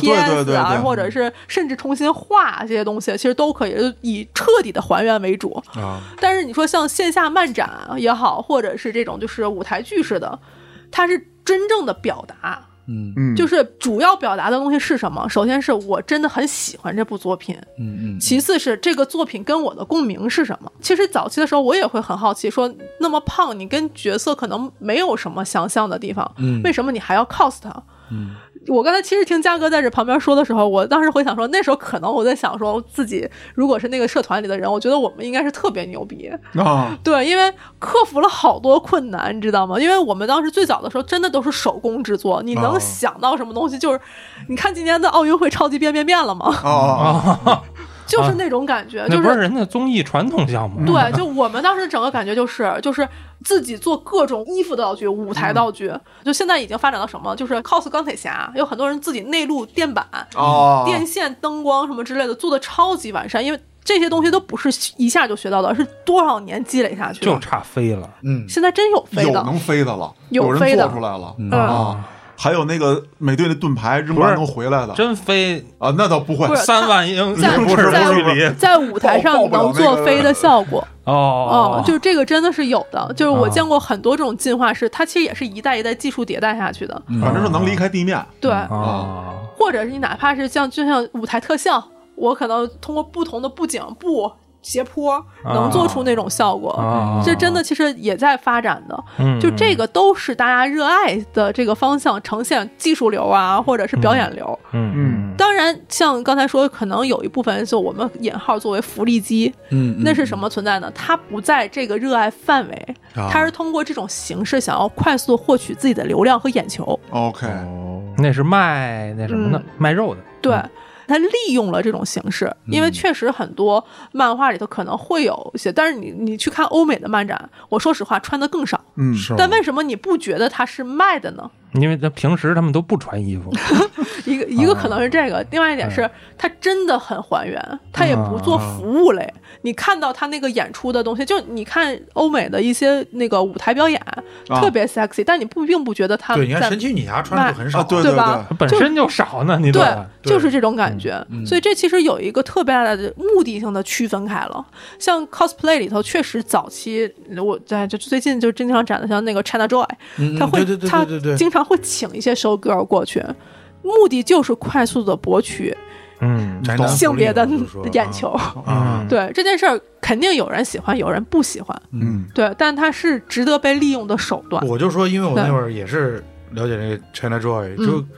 PS 啊。或者是甚至重新画这些东西，其实都可以以彻底的还原为主。但是你说像线下漫展也好，或者是这种就是舞台剧式的，它是真正的表达。就是主要表达的东西是什么？首先是我真的很喜欢这部作品，其次是这个作品跟我的共鸣是什么？其实早期的时候我也会很好奇，说那么胖，你跟角色可能没有什么相像的地方，为什么你还要 cos 它？我刚才其实听嘉哥在这旁边说的时候，我当时回想说，那时候可能我在想说，自己如果是那个社团里的人，我觉得我们应该是特别牛逼对，因为克服了好多困难，你知道吗？因为我们当时最早的时候真的都是手工制作，你能想到什么东西？就是你看今年的奥运会超级变了吗？就是那种感觉，就是那不是人家综艺传统项目。 对，就我们当时整个感觉就是自己做各种衣服道具、舞台道具，就现在已经发展到什么？就是 cos 钢铁侠，有很多人自己内录电板、电线、灯光什么之类的，做的超级完善，因为这些东西都不是一下就学到的，是多少年积累下去的， 就差飞了。 现在真有飞的， 有能飞的了， 有飞的人做出来了还有那个美队的盾牌扔完能回来的， 真飞啊？那倒不会 ，3万英在舞台上能做飞的效果就这个真的是有的，就是我见过很多这种进化是，它其实也是一代一代技术迭代下去的， 反正是能离开地面， 对或者是你哪怕是就像舞台特效，我可能通过不同的布景斜坡能做出那种效果，这真的其实也在发展的，就这个都是大家热爱的这个方向，呈现技术流啊，或者是表演流。当然像刚才说，可能有一部分就我们引号作为福利机，那是什么存在呢？它不在这个热爱范围，它是通过这种形式想要快速获取自己的流量和眼球。 OK， 那是卖那什么的，卖肉的。 对。他利用了这种形式，因为确实很多漫画里头可能会有一些，但是你去看欧美的漫展，我说实话穿的更少，但为什么你不觉得它是卖的呢？ 因为他平时他们都不穿衣服一个可能是这个，另外一点是他真的很还原，他也不做服务类，你看到他那个演出的东西，就你看欧美的一些那个舞台表演特别 sexy， 但你并不觉得他对，你看神奇女侠穿的很少， 对吧？ 本身就少呢，你对，就是这种感觉，所以这其实有一个特别大的目的性的区分开了。像 cosplay 里头，确实早期我在就最近就经常展的，像那个 China Joy， 他经常会请一些show girl 过去，目的就是快速的博取性别的眼球。对这件事儿，肯定有人喜欢，有人不喜欢。对，但它是值得被利用的手段。 我就说，因为我那会儿也是了解那个 China Joy，就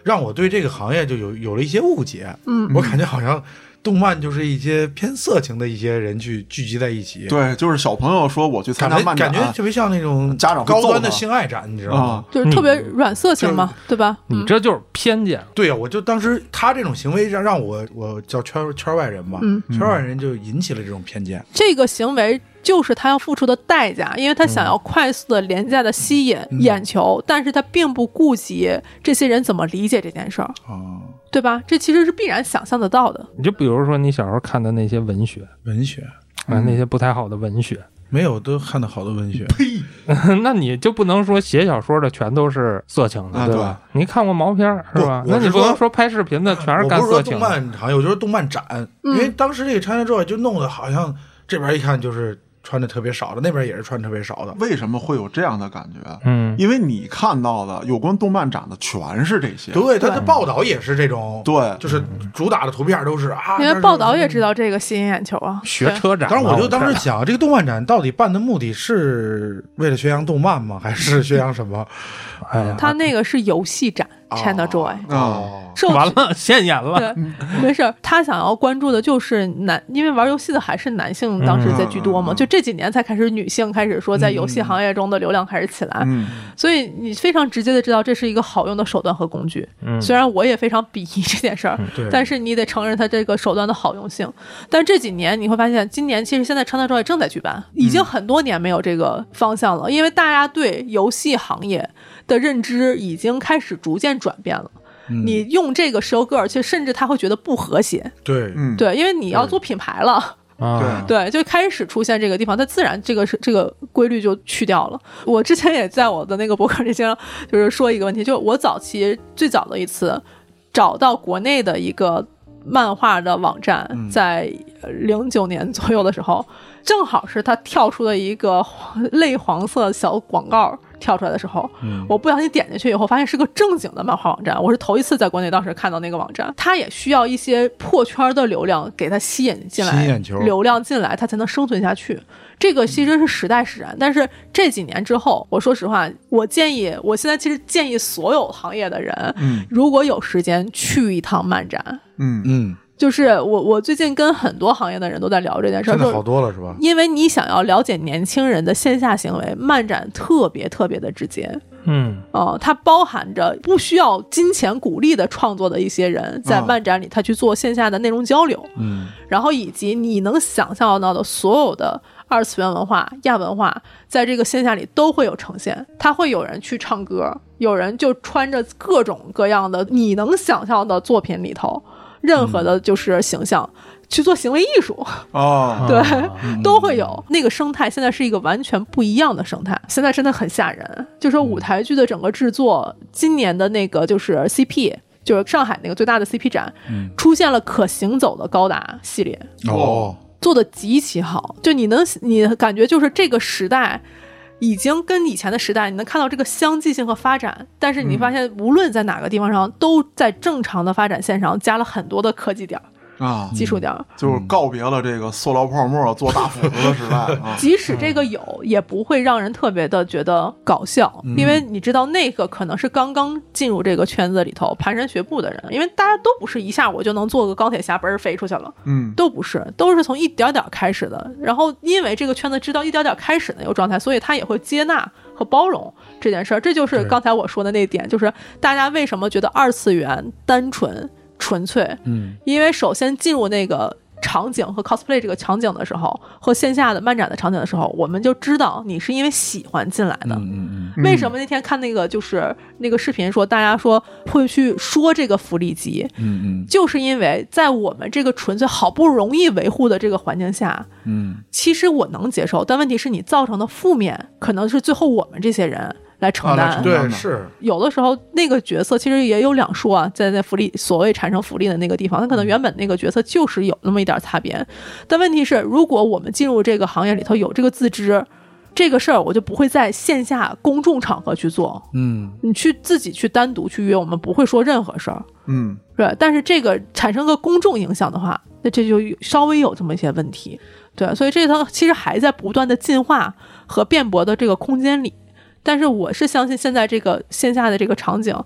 让我对这个行业就有了一些误解。我感觉好像动漫就是一些偏色情的一些人去聚集在一起。 对，就是小朋友说我去参加漫展， 感觉特别像那种家长高端的性爱展，你知道吗？ 就是特别软色情嘛，对吧？ 你这就是偏见。 对呀，我就当时他这种行为让我叫圈外人吧，圈外人就引起了这种偏见。 这个行为就是他要付出的代价，因为他想要快速的廉价的吸引眼球，但是他并不顾及这些人怎么理解这件事儿，对吧？这其实是必然想象得到的。 你就比如说你小时候看的那些文学那些不太好的文学， 没有都看的好的文学， 呸！ 那你就不能说写小说的全都是色情的，对吧？你看过毛片是吧？那你不能说拍视频的全是干色情的。 我不是说动漫行业，我就是动漫展，因为当时这个 ChinaJoy 就弄得好像这边一看就是穿的特别少的，那边也是穿特别少的。 为什么会有这样的感觉？因为你看到的有关动漫展的全是这些。 对，他的报道也是这种。 对， 就是主打的图片都是啊。 因为报道也知道这个吸引眼球啊。 学车展。 当然，我就当时想，这个动漫展到底办的目的是为了宣扬动漫吗？还是宣扬什么？ 哎呀， 他那个是游戏展。ChinaJoy 完了，现眼了。 对，没事。他想要关注的就是因为玩游戏的还是男性，当时在居多嘛。就这几年才开始女性开始说在游戏行业中的流量开始起来，所以你非常直接的知道这是一个好用的手段和工具。虽然我也非常鄙夷这件事儿，但是你得承认它这个手段的好用性。但这几年你会发现，今年其实现在 ChinaJoy 正在举办，已经很多年没有这个方向了，因为大家对游戏行业的认知已经开始逐渐转变了。你用这个 show girl， 其实甚至他会觉得不和谐。 对， 对，因为你要做品牌了。对，就开始出现这个地方，它自然这个规律就去掉了。我之前也在我的那个博客里经常就是说一个问题，就是我最早的一次找到国内的一个漫画的网站，在09年左右的时候，正好是它跳出了一个类黄色小广告跳出来的时候，我不小心点进去以后发现是个正经的漫画网站。我是头一次在国内当时看到那个网站，它也需要一些破圈的流量给它吸引进来，流量进来它才能生存下去。这个其实是时代使然，但是这几年之后，我说实话，我现在其实建议所有行业的人，如果有时间去一趟漫展，就是我最近跟很多行业的人都在聊这件事儿， 现在好多了是吧？ 因为你想要了解年轻人的线下行为，漫展特别特别的直接。它包含着不需要金钱鼓励的创作的一些人在漫展里他去做线下的内容交流，然后以及你能想象到的所有的二次元文化、亚文化在这个线下里都会有呈现。他会有人去唱歌，有人就穿着各种各样的你能想象的作品里头任何的就是形象去做行为艺术对，都会有。那个生态现在是一个完全不一样的生态，现在真的很吓人。就说舞台剧的整个制作，今年的那个就是 CP， 就是上海那个最大的 CP 展，出现了可行走的高达系列做的极其好。就你感觉就是这个时代已经跟以前的时代你能看到这个相继性和发展，但是你发现无论在哪个地方上都在正常的发展线上加了很多的科技点技术点， 就是告别了这个塑料泡沫做大斧子的时代即使这个有也不会让人特别的觉得搞笑，因为你知道那个可能是刚刚进入这个圈子里头蹒跚学步的人，因为大家都不是一下我就能做个钢铁侠嘣飞出去了，都不是，都是从一点点开始的。然后因为这个圈子知道一点点开始的那个状态，所以他也会接纳和包容这件事儿。这就是刚才我说的那点，就是大家为什么觉得二次元单纯粹，因为首先进入那个场景和 cosplay 这个场景的时候，和线下的漫展的场景的时候，我们就知道你是因为喜欢进来的。为什么那天看那个就是那个视频说大家说会去说这个福利机，就是因为在我们这个纯粹好不容易维护的这个环境下，其实我能接受，但问题是你造成的负面可能是最后我们这些人来承担。 对，是有的时候那个角色其实也有两说在福利所谓产生福利的那个地方，他可能原本那个角色就是有那么一点擦边，但问题是如果我们进入这个行业里头有这个自知，这个事儿我就不会在线下公众场合去做。你自己去单独去约，我们不会说任何事儿。对，但是这个产生个公众影响的话，那这就稍微有这么一些问题。对，所以这套其实还在不断的进化和辩驳的这个空间里。但是我是相信现在这个线下的这个场景，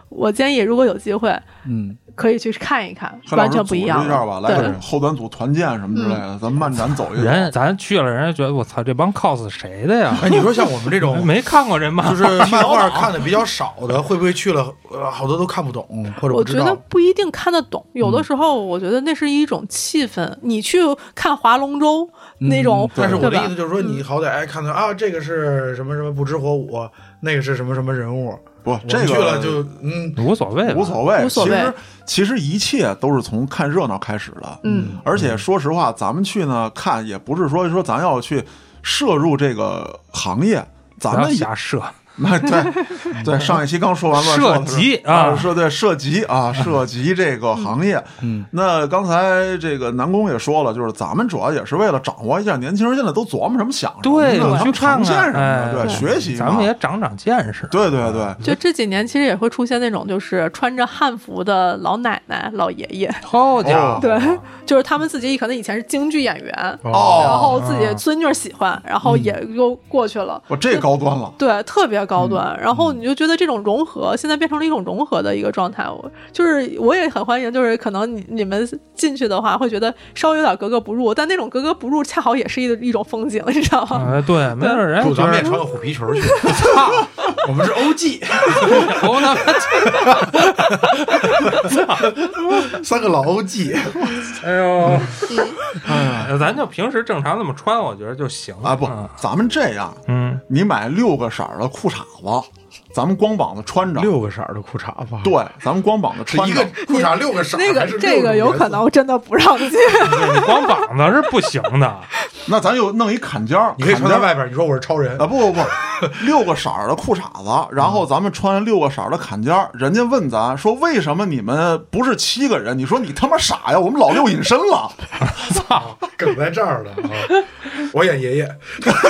我建议如果有机会，可以去看一看，完全不一样。 一下吧，来后端组团建什么之类的，咱漫展走一走。 人咱去了，人家觉得我操，这帮 cos 谁的呀？ 哎，你说像我们这种没看过这漫画， 就是漫画看的比较少的，会不会去了好多都看不懂，或者不知道？ 我觉得不一定看得懂，有的时候我觉得那是一种气氛。你去看划龙舟那种， 但是我的意思就是说，你好歹看到啊，这个是什么什么不知火舞，那个是什么什么人物。 不，这个去了就无所谓， 无所谓。其实一切都是从看热闹开始的。而且说实话，咱们去呢看，也不是说咱要去摄入这个行业，咱们瞎摄。 对，上一期刚说完了， 涉及啊， 涉及这个行业。那刚才这个南宫也说了，就是咱们主要也是为了掌握一下年轻人现在都琢磨什么想什么， 对， 他们呈现什么， 对， 学习， 咱们也长见识。 对， 就这几年其实也会出现那种就是穿着汉服的老奶奶、老爷爷， 好家伙， 对，就是他们自己可能以前是京剧演员，然后自己孙女喜欢，然后也又过去了， 这高端了， 对，特别高端。然后你就觉得这种融合现在变成了一种融合的一个状态，我也很欢迎，就是可能你们进去的话会觉得稍微有点格格不入，但那种格格不入恰好也是一种风景，你知道吗？ 对，没准人咱们也穿个虎皮裙去，操，我们是 OG， 三个老 OG， 哎呦，咱就平时正常那么穿，我觉得就行啊。不，咱们这样，你买6个色的裤衩子，咱们光膀子穿着 6个色的裤衩子， 对，咱们光膀子穿着一个裤衩6个色， 这个有可能真的不让进， 你光膀子是不行的。 那咱就弄一坎肩， 你可以穿在外边，你说我是超人啊？不，6个色的裤衩子，然后咱们穿6个色的坎肩。人家问咱说为什么你们不是7个人？你说你他妈傻呀，我们老6隐身了。 操，梗在这儿了啊！我演爷爷。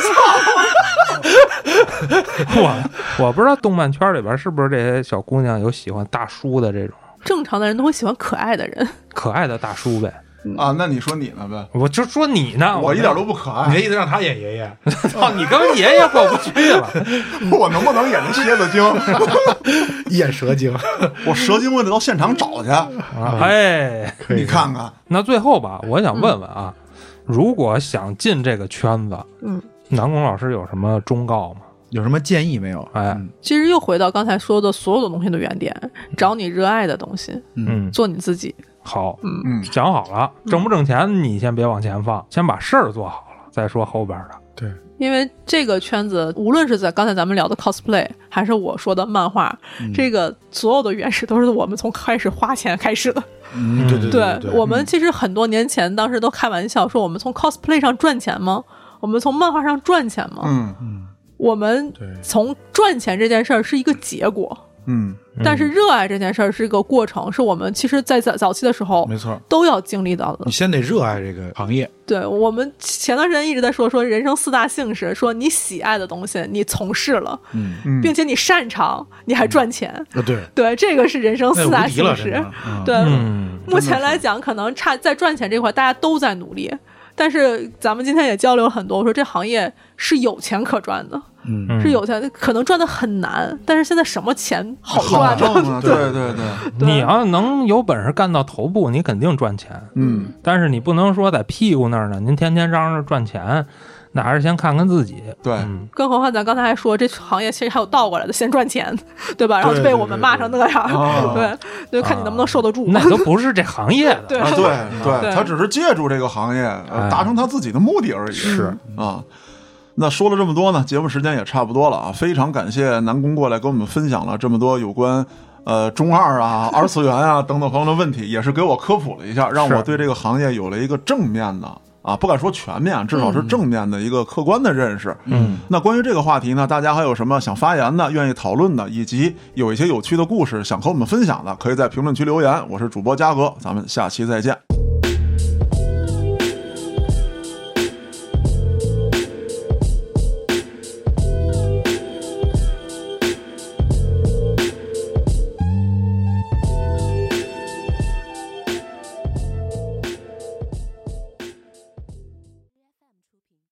我不知道动漫圈里边是不是这些小姑娘有喜欢大叔的这种， 正常的人都会喜欢可爱的人， 可爱的大叔呗。 啊，那你说你呢呗？ 我就说你呢， 我一点都不可爱。 你的意思让他演爷爷？ 操，你跟爷爷过不去了。 我能不能演那蝎子精？ 演蛇精？ 我蛇精我得到现场找去。 哎， 你看看。 那最后吧，我想问问啊，如果想进这个圈子，南宫老师有什么忠告吗？ 有什么建议没有？ 哎， 其实又回到刚才说的所有的东西的原点，找你热爱的东西，做你自己。 好，想好了，挣不挣钱你先别往前放，先把事儿做好了再说后边的。 对， 因为这个圈子无论是在刚才咱们聊的 cosplay 还是我说的漫画，这个所有的原始都是我们从开始花钱开始的。 对， 我们其实很多年前当时都开玩笑说，我们从 cosplay 上赚钱吗？我们从漫画上赚钱吗？我们从赚钱这件事儿是一个结果，但是热爱这件事儿是一个过程，是我们其实在早期的时候， 没错， 都要经历到的。 你先得热爱这个行业。 对，我们前段时间一直在说人生4大幸事，说你喜爱的东西你从事了，并且你擅长，你还赚钱。对，这个是人生4大幸事。对，目前来讲，可能在赚钱这块，大家都在努力。但是咱们今天也交流很多，说这行业是有钱可赚的，是有钱，可能赚的很难，但是现在什么钱好赚呢？对， 你要能有本事干到头部，你肯定赚钱。但是你不能说在屁股那儿呢，您天天嚷嚷赚钱，那还是先看看自己。 对， 更何况咱刚才还说这行业其实还有倒过来的，先赚钱，对吧？然后就被我们骂成那样，对，就看你能不能受得住。 那都不是这行业的， 对，他只是借助这个行业达成他自己的目的而已。 是啊。那说了这么多呢，节目时间也差不多了啊！非常感谢南宫过来跟我们分享了这么多有关中二啊、二次元啊等等方面的问题，也是给我科普了一下，让我对这个行业有了一个正面的啊，不敢说全面，至少是正面的一个客观的认识。那关于这个话题呢，大家还有什么想发言的、愿意讨论的，以及有一些有趣的故事想和我们分享的，可以在评论区留言。我是主播嘉哥，咱们下期再见。